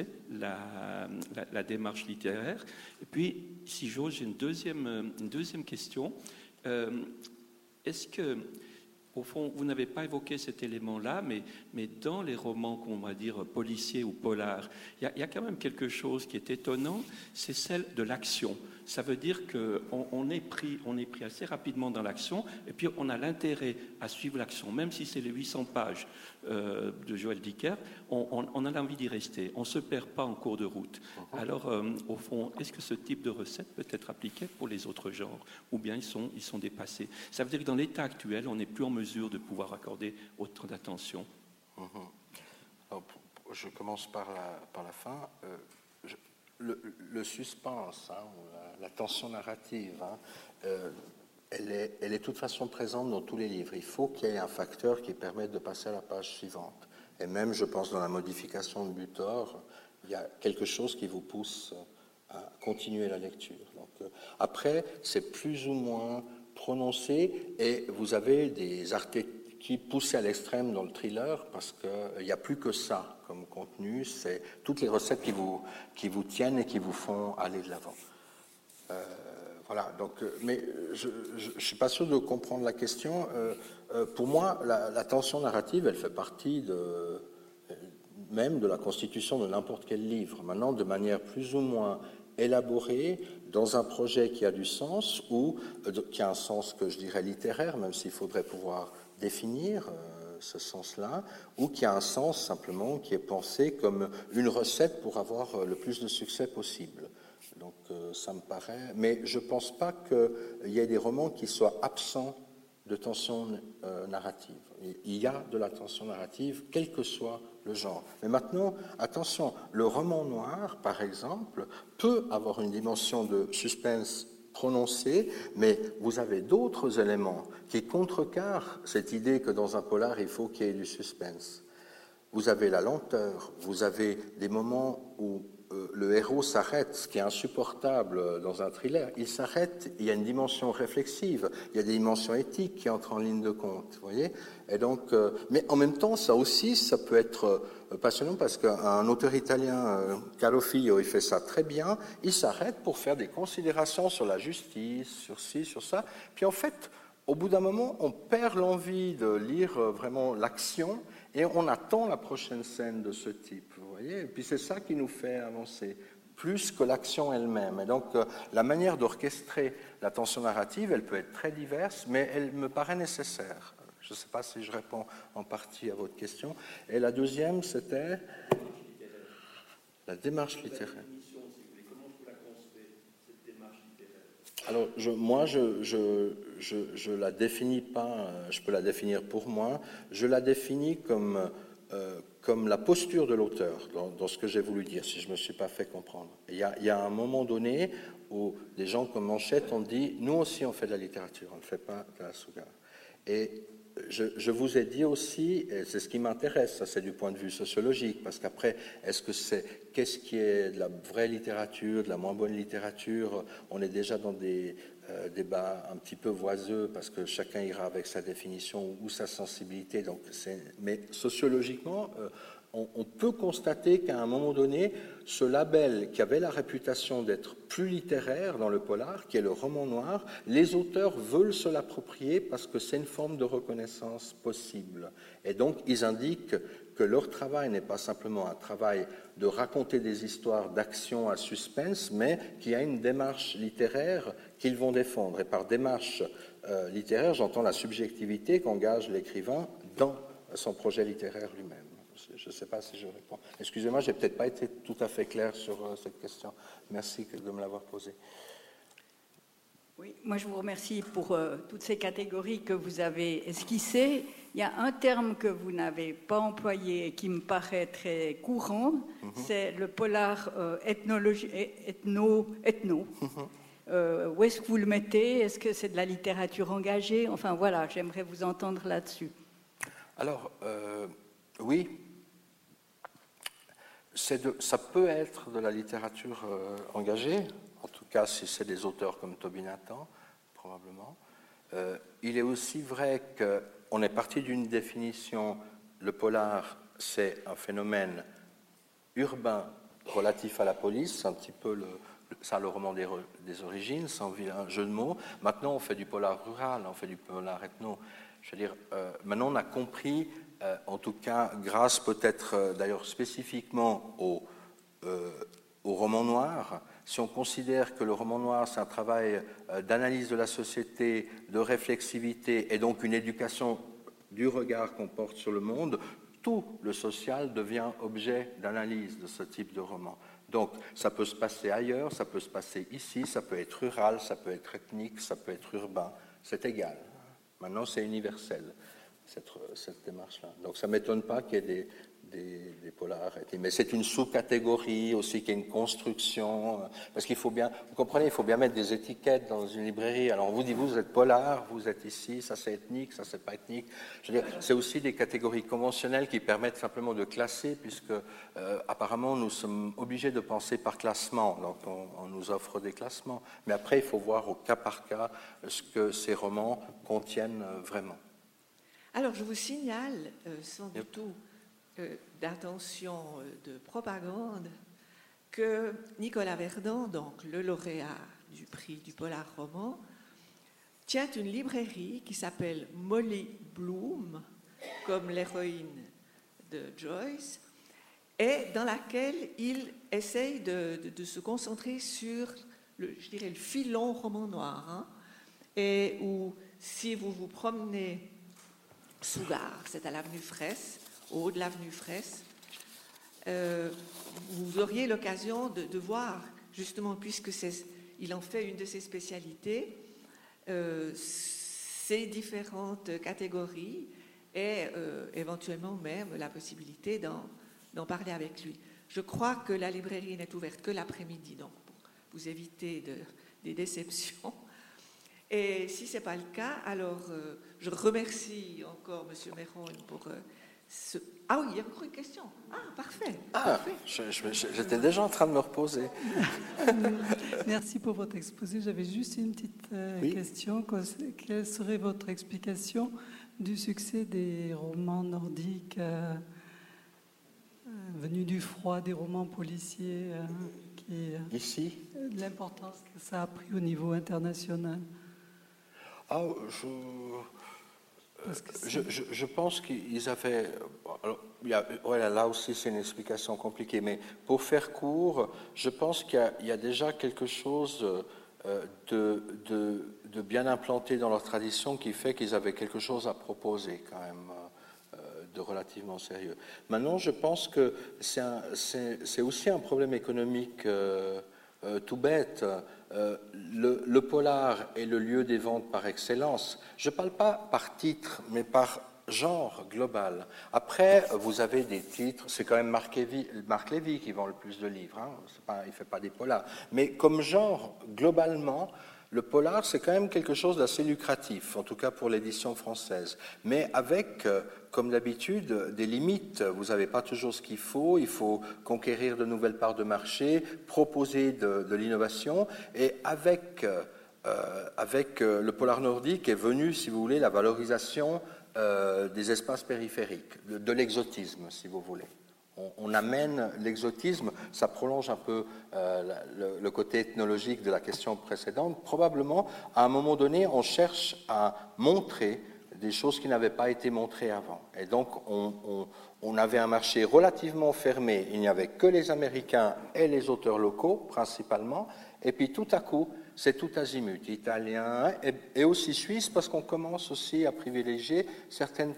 la démarche littéraire ? Et puis, si j'ose, j'ai une deuxième question. Est-ce que, au fond, vous n'avez pas évoqué cet élément-là, mais dans les romans qu'on va dire policiers ou polars, il y a quand même quelque chose qui est étonnant, c'est celle de l'action. Ça veut dire qu'on est pris assez rapidement dans l'action, et puis on a l'intérêt à suivre l'action, même si c'est les 800 pages de Joël Dicker, on a l'envie d'y rester. On ne se perd pas en cours de route. Alors, au fond, est-ce que ce type de recette peut être appliqué pour les autres genres, ou bien ils sont dépassés ? Ça veut dire que dans l'état actuel, on n'est plus en mesure de pouvoir accorder autant d'attention. Alors, je commence par la fin. Le suspense, hein, la tension narrative, hein, elle est de toute façon présente dans tous les livres. Il faut qu'il y ait un facteur qui permette de passer à la page suivante. Et même, je pense, dans la modification de Butor, il y a quelque chose qui vous pousse à continuer la lecture. Donc, après, c'est plus ou moins prononcé, et vous avez des archétypes poussés à l'extrême dans le thriller, parce qu'il n'y a plus que ça comme contenu, c'est toutes les recettes qui vous tiennent et qui vous font aller de l'avant. Voilà, donc, mais je ne suis pas sûr de comprendre la question. Pour moi, la tension narrative, elle fait partie même de la constitution de n'importe quel livre. Maintenant, de manière plus ou moins élaborée, dans un projet qui a du sens, ou qui a un sens que je dirais littéraire, même s'il faudrait pouvoir définir ce sens-là, ou qui a un sens simplement qui est pensé comme une recette pour avoir le plus de succès possible. Donc ça me paraît... Mais je ne pense pas qu'il y ait des romans qui soient absents de tension narrative. Il y a de la tension narrative, quel que soit le genre. Mais maintenant, attention, le roman noir, par exemple, peut avoir une dimension de suspense prononcée, mais vous avez d'autres éléments qui contrecarrent cette idée que dans un polar, il faut qu'il y ait du suspense. Vous avez la lenteur, vous avez des moments où le héros s'arrête, ce qui est insupportable dans un thriller. Il s'arrête, il y a une dimension réflexive, il y a des dimensions éthiques qui entrent en ligne de compte, vous voyez. Et donc, mais en même temps, ça aussi, ça peut être passionnant parce qu'un auteur italien, Carlo Figlio, il fait ça très bien. Il s'arrête pour faire des considérations sur la justice, sur ci, sur ça. Puis en fait, au bout d'un moment, on perd l'envie de lire vraiment l'action et on attend la prochaine scène de ce type, vous voyez. Et puis c'est ça qui nous fait avancer, plus que l'action elle-même. Et donc la manière d'orchestrer la tension narrative, elle peut être très diverse, mais elle me paraît nécessaire. Je ne sais pas si je réponds en partie à votre question. Et la deuxième, c'était la démarche littéraire. Alors, moi, je la définis pas, je peux la définir pour moi, je la définis comme la posture de l'auteur, dans ce que j'ai voulu dire, si je ne me suis pas fait comprendre. Il y a un moment donné où des gens comme Manchette ont dit, nous aussi on fait de la littérature, on ne fait pas de la Sugar. Et je vous ai dit aussi, et c'est ce qui m'intéresse, ça c'est du point de vue sociologique, parce qu'après, qu'est-ce qui est de la vraie littérature, de la moins bonne littérature? On est déjà dans des débat un petit peu voiseux parce que chacun ira avec sa définition ou sa sensibilité. Donc mais sociologiquement, on peut constater qu'à un moment donné, ce label qui avait la réputation d'être plus littéraire dans le polar, qui est le roman noir, les auteurs veulent se l'approprier parce que c'est une forme de reconnaissance possible. Et donc, ils indiquent que leur travail n'est pas simplement un travail de raconter des histoires d'action à suspense, mais qu'il y a une démarche littéraire qu'ils vont défendre. Et par démarche littéraire, j'entends la subjectivité qu'engage l'écrivain dans son projet littéraire lui-même. Je ne sais pas si je réponds. Excusez-moi, je n'ai peut-être pas été tout à fait clair sur cette question. Merci de me l'avoir posée. Oui, moi je vous remercie pour toutes ces catégories que vous avez esquissées. Il y a un terme que vous n'avez pas employé et qui me paraît très courant, c'est le polar ethno. Où est-ce que vous le mettez? Est-ce que c'est de la littérature engagée? Enfin voilà, j'aimerais vous entendre là-dessus. Alors, oui, ça peut être de la littérature engagée, en tout cas si c'est des auteurs comme Toby Nathan, probablement. Il est aussi vrai qu'on est parti d'une définition, le polar c'est un phénomène urbain relatif à la police, c'est un petit peu le roman des origines, sans vilain jeu de mots. Maintenant on fait du polar rural, on fait du polar ethno. Je veux dire, maintenant on a compris, en tout cas grâce peut-être d'ailleurs spécifiquement au roman noir, si on considère que le roman noir c'est un travail d'analyse de la société, de réflexivité et donc une éducation du regard qu'on porte sur le monde, tout le social devient objet d'analyse de ce type de roman. Donc ça peut se passer ailleurs, ça peut se passer ici, ça peut être rural, ça peut être ethnique, ça peut être urbain, c'est égal. Maintenant c'est universel, cette démarche-là. Donc ça ne m'étonne pas qu'il y ait des polars. Mais c'est une sous-catégorie aussi qui est une construction. Parce qu'il faut bien, vous comprenez, il faut bien mettre des étiquettes dans une librairie. Alors on vous dit, vous êtes polar, vous êtes ici, ça c'est ethnique, ça c'est pas ethnique. Je veux dire, c'est aussi des catégories conventionnelles qui permettent simplement de classer, puisque apparemment nous sommes obligés de penser par classement. Donc on nous offre des classements. Mais après, il faut voir au cas par cas ce que ces romans contiennent vraiment. Alors je vous signale, sans du tout d'intention de propagande, que Nicolas Verdon, donc le lauréat du prix du polar roman, tient une librairie qui s'appelle Molly Bloom, comme l'héroïne de Joyce, et dans laquelle il essaye de se concentrer sur, je dirais, le filon roman noir, hein, et où, si vous vous promenez sous Gare, c'est à l'avenue Fraisse, au haut de l'avenue Fraisse, vous auriez l'occasion de voir, justement, puisque il en fait une de ses spécialités, ces différentes catégories et éventuellement même la possibilité d'en parler avec lui. Je crois que la librairie n'est ouverte que l'après-midi, donc pour vous éviter des déceptions. Et si ce n'est pas le cas, alors je remercie encore M. Méron pour ce... Ah oui, il y a encore une question. Ah, parfait. Parfait. J'étais déjà en train de me reposer. Merci pour votre exposé. J'avais juste une petite question. Quelle serait votre explication du succès des romans nordiques venus du froid, des romans policiers Ici, l'importance que ça a pris au niveau international? Je pense qu'ils avaient... Alors, là aussi, c'est une explication compliquée, mais pour faire court, je pense qu'il y a déjà quelque chose de bien implanté dans leur tradition qui fait qu'ils avaient quelque chose à proposer quand même, de relativement sérieux. Maintenant, je pense que c'est aussi un problème économique tout bête. Le polar est le lieu des ventes par excellence. Je ne parle pas par titre, mais par genre global. Après, vous avez des titres, c'est quand même Marc Lévy qui vend le plus de livres, hein. Il ne fait pas des polars. Mais comme genre, globalement, le polar, c'est quand même quelque chose d'assez lucratif, en tout cas pour l'édition française. Mais avec, comme d'habitude, des limites. Vous n'avez pas toujours ce qu'il faut conquérir de nouvelles parts de marché, proposer de l'innovation. Et avec avec le polar nordique est venue, si vous voulez, la valorisation des espaces périphériques, de l'exotisme, si vous voulez. On amène l'exotisme, ça prolonge un peu le côté ethnologique de la question précédente. Probablement, à un moment donné, on cherche à montrer des choses qui n'avaient pas été montrées avant. Et donc, on avait un marché relativement fermé. Il n'y avait que les Américains et les auteurs locaux, principalement. Et puis, tout à coup, c'est tout azimut, italien et aussi suisse, parce qu'on commence aussi à privilégier certaines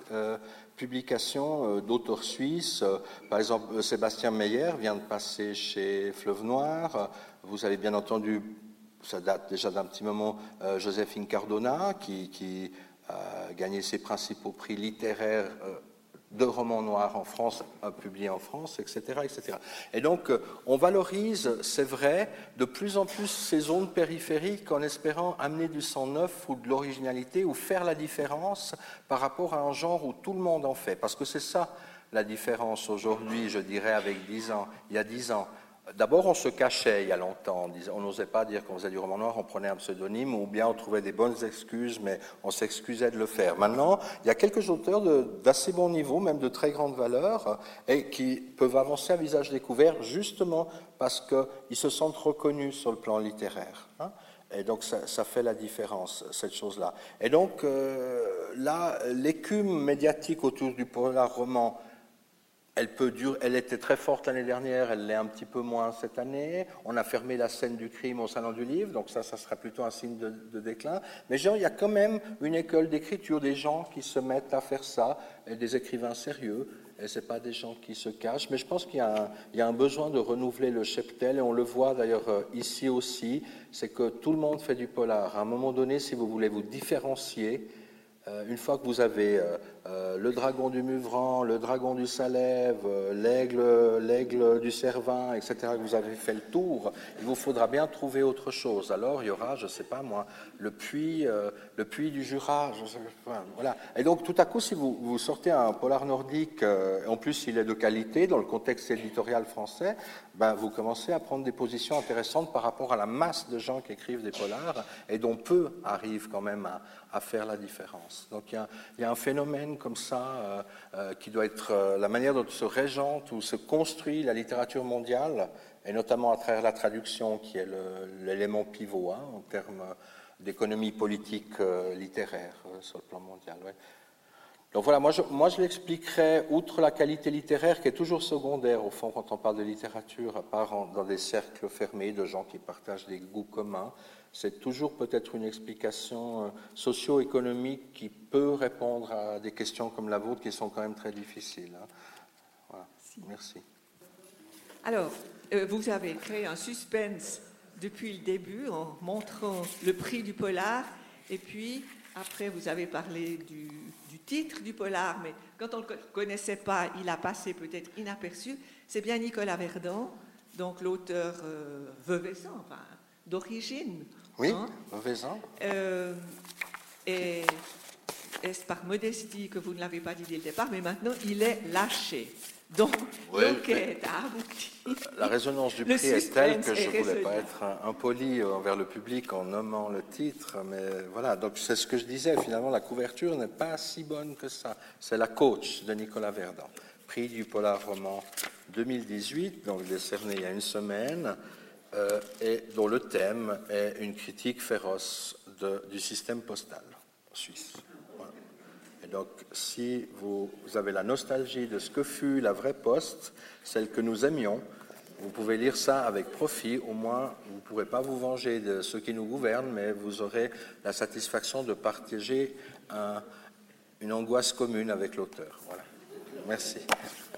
publications d'auteurs suisses. Par exemple, Sébastien Meyer vient de passer chez Fleuve Noir. Vous avez bien entendu, ça date déjà d'un petit moment, Joséphine Cardona, qui a gagné ses principaux prix littéraires de romans noirs en France, publiés en France, etc., etc. Et donc, on valorise, c'est vrai, de plus en plus ces zones périphériques en espérant amener du sang neuf ou de l'originalité ou faire la différence par rapport à un genre où tout le monde en fait. Parce que c'est ça la différence aujourd'hui, je dirais, avec il y a 10 ans. D'abord, on se cachait il y a longtemps, on n'osait pas dire qu'on faisait du roman noir, on prenait un pseudonyme, ou bien on trouvait des bonnes excuses, mais on s'excusait de le faire. Maintenant, il y a quelques auteurs d'assez bon niveau, même de très grande valeur, et qui peuvent avancer à visage découvert, justement parce qu'ils se sentent reconnus sur le plan littéraire. Et donc, ça fait la différence, cette chose-là. Et donc, là, l'écume médiatique autour du polar roman, elle était très forte l'année dernière, elle l'est un petit peu moins cette année. On a fermé la scène du crime au Salon du Livre, donc ça sera plutôt un signe de déclin. Mais genre, il y a quand même une école d'écriture, des gens qui se mettent à faire ça, et des écrivains sérieux, et ce n'est pas des gens qui se cachent. Mais je pense qu'il y a un besoin de renouveler le cheptel, et on le voit d'ailleurs ici aussi, c'est que tout le monde fait du polar. À un moment donné, si vous voulez vous différencier, une fois que vous avez le dragon du Muvran, le dragon du Salève, l'aigle du Cervin, etc., que vous avez fait le tour, il vous faudra bien trouver autre chose. Alors, il y aura, je ne sais pas moi, le puits du Jura. Voilà. Et donc, tout à coup, si vous sortez un polar nordique, en plus il est de qualité, dans le contexte éditorial français, ben, vous commencez à prendre des positions intéressantes par rapport à la masse de gens qui écrivent des polars, et dont peu arrivent quand même à faire la différence. Donc il y a un phénomène comme ça qui doit être la manière dont se régente ou se construit la littérature mondiale, et notamment à travers la traduction qui est l'élément pivot en termes d'économie politique littéraire sur le plan mondial. Ouais. Donc voilà, moi je l'expliquerais, outre la qualité littéraire qui est toujours secondaire au fond quand on parle de littérature, à part dans des cercles fermés de gens qui partagent des goûts communs, c'est toujours peut-être une explication socio-économique qui peut répondre à des questions comme la vôtre qui sont quand même très difficiles. Voilà. Merci. Alors, vous avez créé un suspense depuis le début en montrant le prix du polar, et puis après vous avez parlé du titre du polar, mais quand on ne le connaissait pas, il a passé peut-être inaperçu. C'est bien Nicolas Verdon, donc l'auteur veuvezan, enfin, d'origine. Oui, veuvezan. Et est-ce par modestie que vous ne l'avez pas dit dès le départ, mais maintenant il est lâché. Donc, l'enquête a abouti. La résonance du prix est telle que je ne voulais pas être impoli envers le public en nommant le titre, mais voilà, donc c'est ce que je disais, finalement la couverture n'est pas si bonne que ça. C'est La Coach de Nicolas Verdon, prix du polar roman 2018, donc décerné il y a une semaine, et dont le thème est une critique féroce du système postal suisse. Donc, si vous avez la nostalgie de ce que fut la vraie poste, celle que nous aimions, vous pouvez lire ça avec profit. Au moins, vous ne pourrez pas vous venger de ceux qui nous gouvernent, mais vous aurez la satisfaction de partager une angoisse commune avec l'auteur. Voilà. Merci.